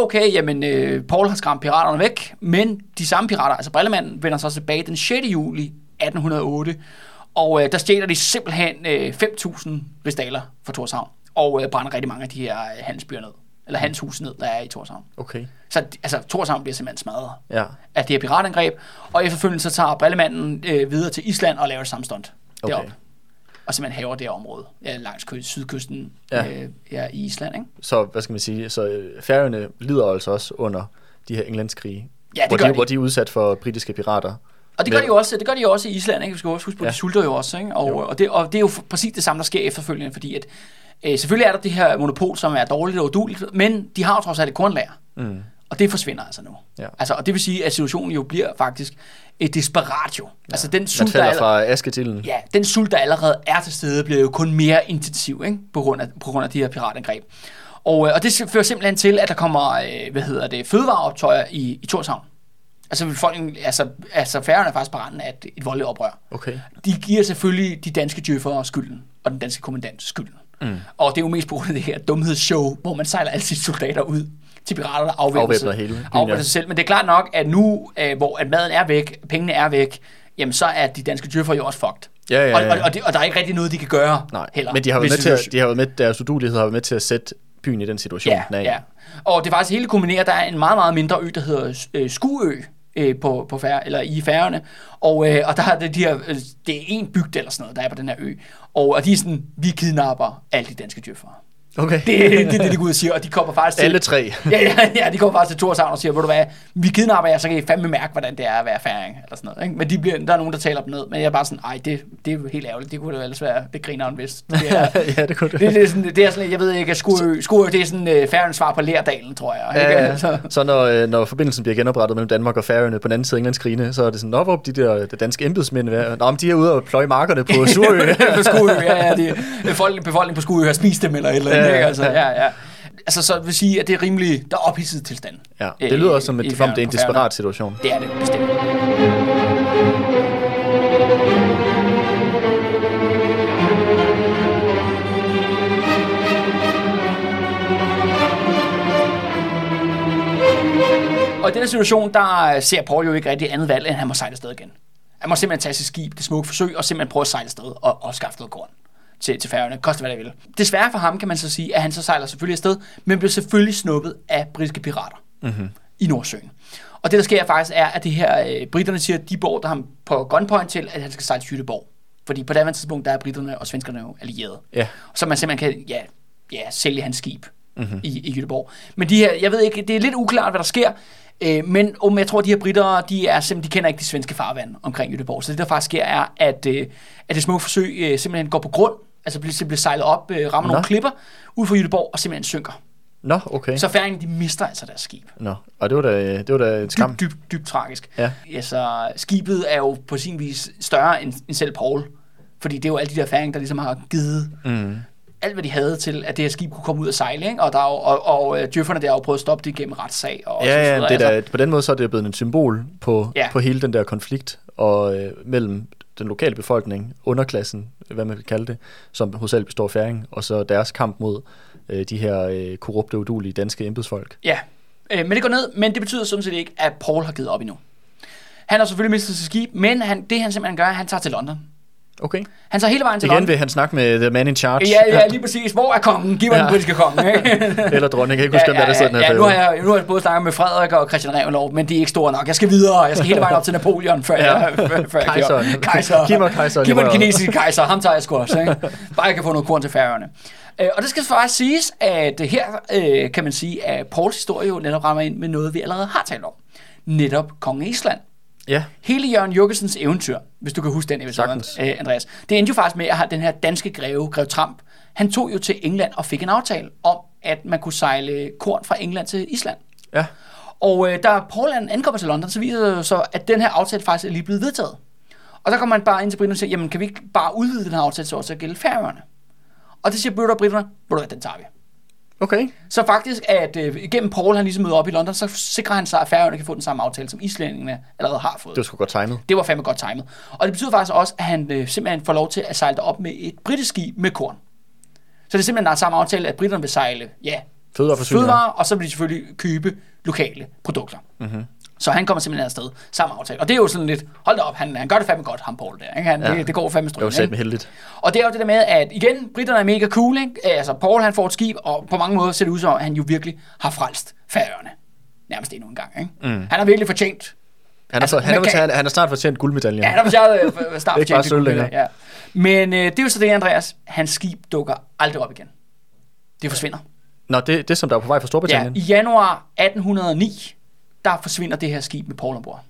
er, Poul har skræmt piraterne væk, men de samme pirater, altså Brillemanden, vender så tilbage den 6. juli 1808, og der stjæler de simpelthen 5.000 rigsdaler fra Tórshavn, og brænder rigtig mange af de her handelsbyer ned. Eller hans hus ned, der er i Tórshavn. Okay. Så altså, Tórshavn bliver simpelthen smadret af det her piratangreb, og efterfølgende så tager Brillemanden videre til Island og laver et samme stunt deroppe. Og simpelthen haver det område langs sydkysten i Island. Ikke? Så hvad skal man sige, så Færøerne lider altså også under de her englandskrige, hvor de er udsat for britiske pirater. Og det gør de jo også i Island, ikke? Vi skal også huske på, de sulter jo også, ikke? Og det er jo præcis det samme, der sker efterfølgende, fordi at selvfølgelig er der det her monopol, som er dårligt og udueligt, men de har jo trods alt et kornlager. Og det forsvinder altså nu. Ja. Altså, og det vil sige, at situationen jo bliver faktisk et desperat jo. Ja. Altså, den sult, fra asketilden. Ja, den sult, der allerede er til stede, bliver jo kun mere intensiv, ikke? På grund af de her piratangreb. Og det fører simpelthen til, at der kommer, fødevareoptøjer i Tórshavn. Altså, Færøerne er faktisk på randen af et voldeligt oprør. Okay. De giver selvfølgelig de danske djøffere skylden, og den danske kommandant skylden. Og det er jo mest på grund af det her dumhedsshow, hvor man sejler alle sine soldater ud til pirater, der afvæbner sig selv. Men det er klart nok, at nu, hvor at maden er væk, pengene er væk, jamen så er de danske djøffere jo også fucked. Ja. Og der er ikke rigtig noget, de kan gøre heller. Men de har været med, deres uduelighed har været med til at sætte byen i den situation. Ja. Og det er faktisk hele kombinerer, der er en meget, meget mindre ø, der hedder Skuø, på eller i Færøerne, og der er det er en bygd eller sådan noget, der er på den her ø, og de er sådan, vi kidnapper alle de danske djøffere. Okay. Det er det, de går ud og siger, og de kommer faktisk til... Alle tre. Ja, de kommer faktisk til Tórshavn og siger, ved du hvad, vi kidnapper jer, så kan I fandme mærke, hvordan det er at være færing, eller sådan noget, ikke? Men der er nogen, der taler dem ned, men jeg er bare sådan, det er jo helt ærgerligt, det kunne jo ellers være, det griner en vist. Ja, det kunne det. Det er sådan, jeg ved ikke, at Skurø, det er sådan Færøernes svar på Lærdalen, tror jeg. Ikke? Ja. Så når forbindelsen bliver genoprettet mellem Danmark og Færøerne på den anden side af Englands grine, så er det sådan, hvor de der danske embedsmænd er. Nå, men de er ude og pløje markerne på Skurø. På Skurø, befolkningen på Skurø har spist dem eller et eller andet, ikke? Altså, ja. Altså, så vil sige, at det er rimelig, der er ophidset tilstand. Ja, det lyder også som, at det er en desperat situation. Det er det, bestemt. Og i denne situation, der ser Paul jo ikke rigtig andet valg, end han må sejle afsted igen. Han må simpelthen tage sit skib, det smukke forsøg, og simpelthen prøve at sejle afsted og skaffe noget korn til Færøerne. Koste hvad det vil. Desværre for ham kan man så sige, at han så sejler selvfølgelig afsted, men bliver selvfølgelig snuppet af britiske pirater i Nordsøen. Og det der sker faktisk er, at det her britterne siger, at de beordrer ham på gunpoint til, at han skal sejle til Göteborg. Fordi på det tidspunkt, der er britterne og svenskerne jo allierede. Ja. Så man simpelthen kan sælge hans skib i Göteborg. Men de her, jeg ved ikke, det er lidt uklart, hvad der sker. Men jeg tror, at de her britter, de kender ikke de svenske farvand omkring Göteborg. Så det der faktisk sker er, at det smukke forsøg simpelthen går på grund, altså bliver sejlet op, rammer nogle klipper ud fra Göteborg og simpelthen synker. Nå, okay. Så færingerne, de mister altså deres skib. Nå, og det var da et skam. Dybt tragisk. Ja. Altså, skibet er jo på sin vis større end selv Paul, fordi det er jo alle de der færinger, der ligesom har givet alt, hvad de havde til, at det her skib kunne komme ud og sejle, ikke? Og djøfferne der har jo prøvet at stoppe det gennem retssag. Og ja, det der, på den måde så er det blevet en symbol på hele den der konflikt og mellem den lokale befolkning, underklassen, hvad man vil kalde det, som hovedsageligt består af færing, og så deres kamp mod de her korrupte, uduelige danske embedsfolk. Ja, men det går ned, men det betyder sådan set ikke, at Paul har givet op endnu. Han har selvfølgelig mistet sit skib, men det han simpelthen gør, han tager til London. Okay. Han tager hele vejen til London. Igen vil han snakke med the man in charge. Ja, lige præcis. Hvor er kongen? Giv mig den britiske konge, ikke? Eller dronning. Jeg kan ikke huske, hvem der sidder den her periode. Nu har jeg både snakket med Frederik og Christian Reventlow, men de er ikke store nok. Jeg skal videre. Jeg skal hele vejen op til Napoleon, før kejseren. Giv mig kejseren. Giv mig den kinesiske kejser. Ham tager jeg sgu også, ikke? Bare jeg kan få noget korn til Færøerne. Og det skal faktisk siges, at her kan man sige, at Pauls historie jo netop rammer ind med noget, vi allerede har talt om. Netop kongen af Island. Ja. Hele Jørgen Jurgensens eventyr, hvis du kan huske den episode, Andreas. Det endte jo faktisk med, at den her danske greve Tramp, han tog jo til England og fik en aftale om, at man kunne sejle korn fra England til Island. Ja. Og da Paul ankommer til London, så viser det så, at den her aftale faktisk er lige blevet vedtaget. Og så kommer man bare ind til britterne og siger, jamen kan vi ikke bare udvide den her aftale så også at gælde Færøerne? Og det siger britterne, den tager vi. Okay. Så faktisk, at gennem Paul, han ligesom møder op i London, så sikrer han sig, at Færøerne kan få den samme aftale, som islændingene allerede har fået. Det var sgu godt timet. Det var fandme godt timet. Og det betyder faktisk også, at han simpelthen får lov til at sejle op med et britisk skib med korn. Så det er simpelthen der samme aftale, at britterne vil sejle, fødevarer, og så vil de selvfølgelig købe lokale produkter. Mm-hmm. Så han kommer simpelthen afsted, samme aftale. Og det er jo sådan lidt, hold da op, han gør det fandme godt, ham Paul der. Ikke? Det går fandme strøm. Det var heldigt. Og det er jo det der med, at igen, britterne er mega cool, ikke? Altså Paul han får et skib, og på mange måder ser det ud som, at han jo virkelig har frelst Færøerne. Nærmest endnu en gang, ikke? Han har virkelig fortjent. Han har snart fortjent guldmedaljen. Ja, han har snart fortjent guldmedaljen. Ja. Men det er jo så det, Andreas. Hans skib dukker aldrig op igen. Det forsvinder. Nå, det som der er på vej fra Storbritannien. Ja, i januar 1809, der forsvinder det her skib med Paul ombord.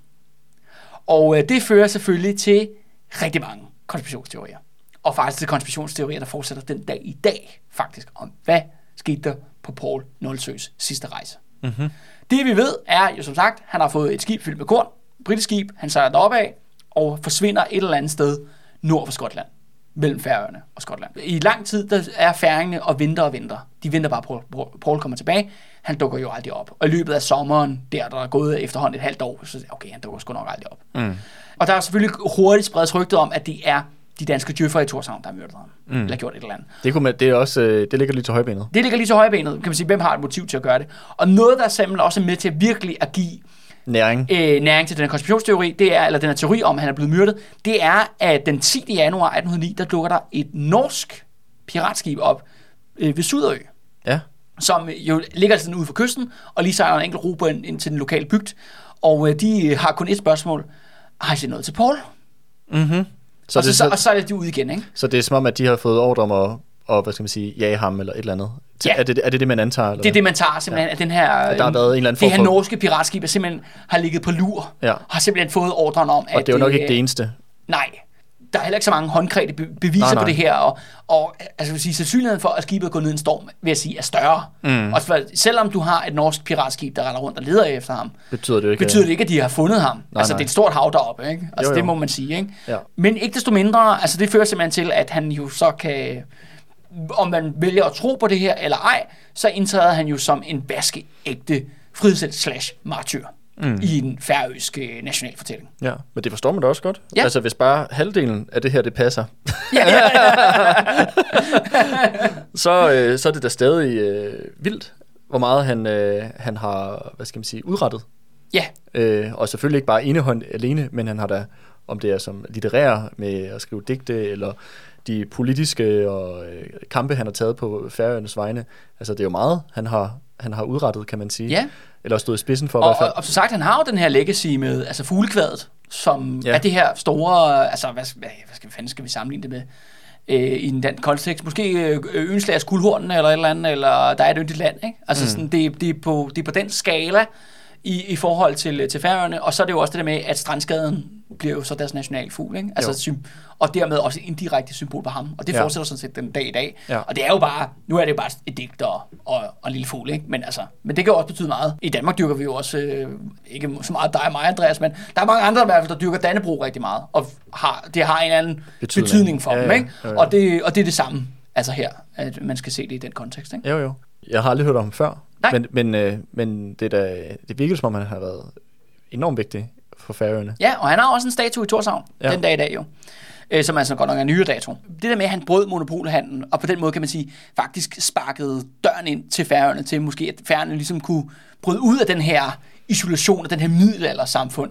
Og det fører selvfølgelig til rigtig mange konspirationsteorier. Og faktisk til konspirationsteorier, der fortsætter den dag i dag, faktisk, om hvad skete der på Paul Nolsøes sidste rejse. Mm-hmm. Det vi ved er jo som sagt, han har fået et skib fyldt med korn, britisk skib, han sejler deroppe af, og forsvinder et eller andet sted nord for Skotland, mellem Færøerne og Skotland. I lang tid, der er færingene og venter. De venter bare på, Paul kommer tilbage. Han dukker jo aldrig op. Og i løbet af sommeren, der er gået efterhånden et halvt år, så okay, han dukker sgu nok aldrig op. Mm. Og der er selvfølgelig hurtigt spredt rygtet om, at det er de danske djøffere i Tórshavn, der har myrdet ham. Eller gjort et eller andet. Det ligger lige til højbenet. Det ligger lige til højbenet, kan man sige. Hvem har et motiv til at gøre det? Og noget, der simpelthen også er med til at virkelig at give næring til den her konspirationsteori, det er, eller den her teori om, at han er blevet myrdet, det er, at den 10. januar 1809, der dukker der et norsk piratskib op ved Suderø. Ja. Som jo ligger sådan ude for kysten, og lige sejler en enkelt robo ind til den lokale bygd. Og de har kun et spørgsmål. Har I set noget til Paul? Mm-hmm. Så er det de ude igen, ikke? Så det er som om, at de har fået ordre om at hvad skal man sige, jage ham eller et eller andet. Ja. Er det, man antager? Eller det er det, man tager simpelthen, at den her, at der har været en eller anden det her norske piratskib, der simpelthen har ligget på lur, har simpelthen fået ordren om, at... Og det er jo nok ikke det eneste. Nej, der er heller ikke så mange håndgrebne beviser på det her, og altså vil sige, sandsynligheden for, at skibet går ned i en storm, vil jeg sige, er større. Og selvom du har et norsk piratskib, der render rundt og leder efter ham, betyder det ikke, at de har fundet ham. Nej. Det er et stort hav deroppe, ikke? Altså jo. Det må man sige, ikke? Ja. Men ikke desto mindre, altså det fører simpelthen til, at han jo så kan... Om man vælger at tro på det her eller ej, så indtræder han jo som en vaskeægte frihedshelt/martyr i en færøske nationalfortælling. Ja, men det forstår man da også godt. Ja. Altså hvis bare halvdelen af det her, det passer, så er det da stadig vildt, hvor meget han har, hvad skal man sige, udrettet. Ja. Og selvfølgelig ikke bare indehånd alene, men han har da, om det er som litterær med at skrive digte, eller de politiske og kampe, han har taget på Færøernes vegne. Altså, det er jo meget, han har udrettet, kan man sige. Ja. Eller stået i spidsen for i hvert fald. Og som sagt, han har jo den her legacy med altså fuglekvadet, som er det her store, altså, hvad skal vi sammenligne det med? I en dansk kontekst. Måske Øenslagers Guldhornen eller et eller andet, eller der er et yndigt land, ikke? Altså, sådan, det er på den skala, i forhold til Færøerne, og så er det jo også det der med, at strandskaden bliver jo så deres nationalfugl, ikke? Altså, og dermed også et indirekte symbol på ham, og det fortsætter sådan set den dag i dag. Ja. Og det er jo bare, nu er det jo bare et digt og en lille fugl, ikke? Men det kan jo også betyde meget. I Danmark dyrker vi jo også, ikke så meget dig og mig, Andreas, men der er mange andre i hvert fald, der dyrker Dannebrog rigtig meget, og det har en eller anden betydning for dem, ikke? Jo. Og det er det samme, altså her, at man skal se det i den kontekst, ikke? Jo. Jeg har aldrig hørt om ham før. Men det virker som om, han har været enormt vigtig for Færøerne. Ja, og han har også en statue i Tórshavn den dag i dag jo, som altså godt nok er en nyere dato. Det der med, at han brød monopolhandlen, og på den måde kan man sige, faktisk sparkede døren ind til Færøerne, til måske at Færøerne ligesom kunne bryde ud af den her isolation, af den her middelaldersamfund,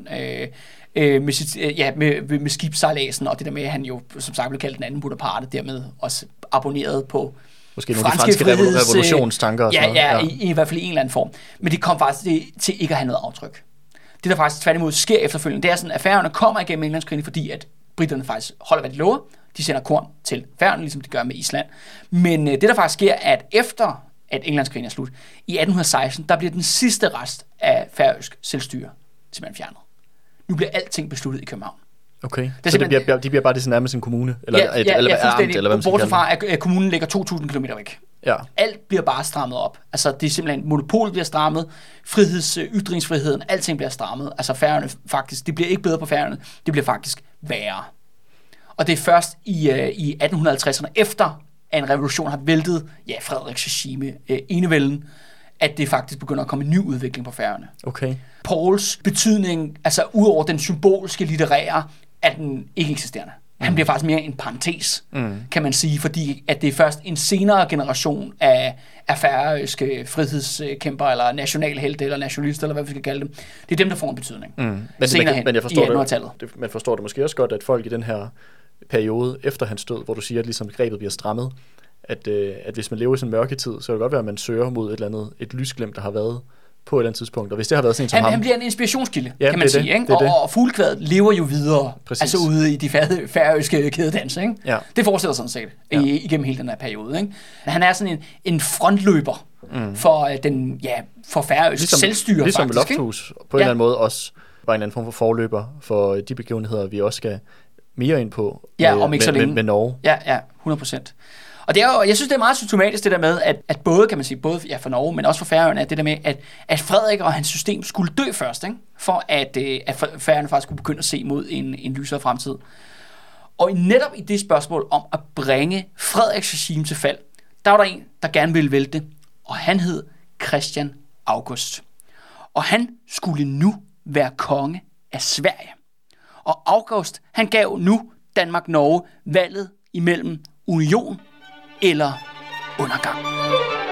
med skibssejladsen, og det der med, at han jo som sagt blev kaldt den anden Bonaparte, dermed også abonneret på måske nogle af de franske revolutionstanker. I hvert fald i en eller anden form. Men det kom faktisk til ikke at have noget aftryk. Det der faktisk tværtimod sker efterfølgende, det er sådan, at Færøerne kommer igennem Englandskrigen, fordi at britterne faktisk holder, hvad de lover. De sender korn til Færøerne, ligesom de gør med Island. Men det der faktisk sker, at efter at Englandskrigen er slut, i 1816, der bliver den sidste rest af færøsk selvstyre simpelthen fjernet. Nu bliver alting besluttet i København. Okay, så de bliver bare det nærmest en kommune? Eller fuldstændig. Eller bortset fra, at kommunen ligger 2.000 km væk. Ja. Alt bliver bare strammet op. Altså, det er simpelthen, monopolet bliver strammet, ytringsfriheden, alting bliver strammet. Altså, Færøerne faktisk, det bliver ikke bedre på Færøerne, det bliver faktisk værre. Og det er først i 1850'erne, efter at en revolution har væltet, Frederiks regime, enevælden, at det faktisk begynder at komme en ny udvikling på Færøerne. Okay. Pauls betydning, altså ud over den symbolske litterære, er den ikke eksisterende. Han bliver faktisk mere en parentes, kan man sige, fordi at det er først en senere generation af færøske frihedskæmper, eller nationalhelte, eller nationalister, eller hvad vi skal kalde dem. Det er dem, der får en betydning. Men jeg forstår man forstår det måske også godt, at folk i den her periode efter hans død, hvor du siger, at ligesom grebet bliver strammet, at hvis man lever i sådan en mørketid, så kan det godt være, at man søger mod et lysglimt, der har været på et eller andet tidspunkt. Og hvis det har været sådan som ham... Han bliver en inspirationskilde, kan man sige. Ikke? Og fuglekvadet lever jo videre, altså ude i de færøske kædedanse. Ikke? Ja. Det fortsætter sådan set igennem hele den her periode. Ikke? Han er sådan en frontløber for færøsk selvstyre, ligesom faktisk. Ligesom Lofthus på en eller anden måde også var en eller anden form for forløber for de begivenheder, vi også skal mere ind på med Norge. Ja, 100%. Og det er jo, jeg synes, det er meget symptomatisk det der med, at både, kan man sige, både for Norge, men også for Færøerne, at det der med, at Frederik og hans system skulle dø først, ikke? For at Færøerne faktisk skulle begynde at se mod en lysere fremtid. Og netop i det spørgsmål om at bringe Frederiks regime til fald, der var der en, der gerne ville vælte, og han hed Christian August. Og han skulle nu være konge af Sverige. Og August, han gav nu Danmark-Norge valget imellem union eller undergang.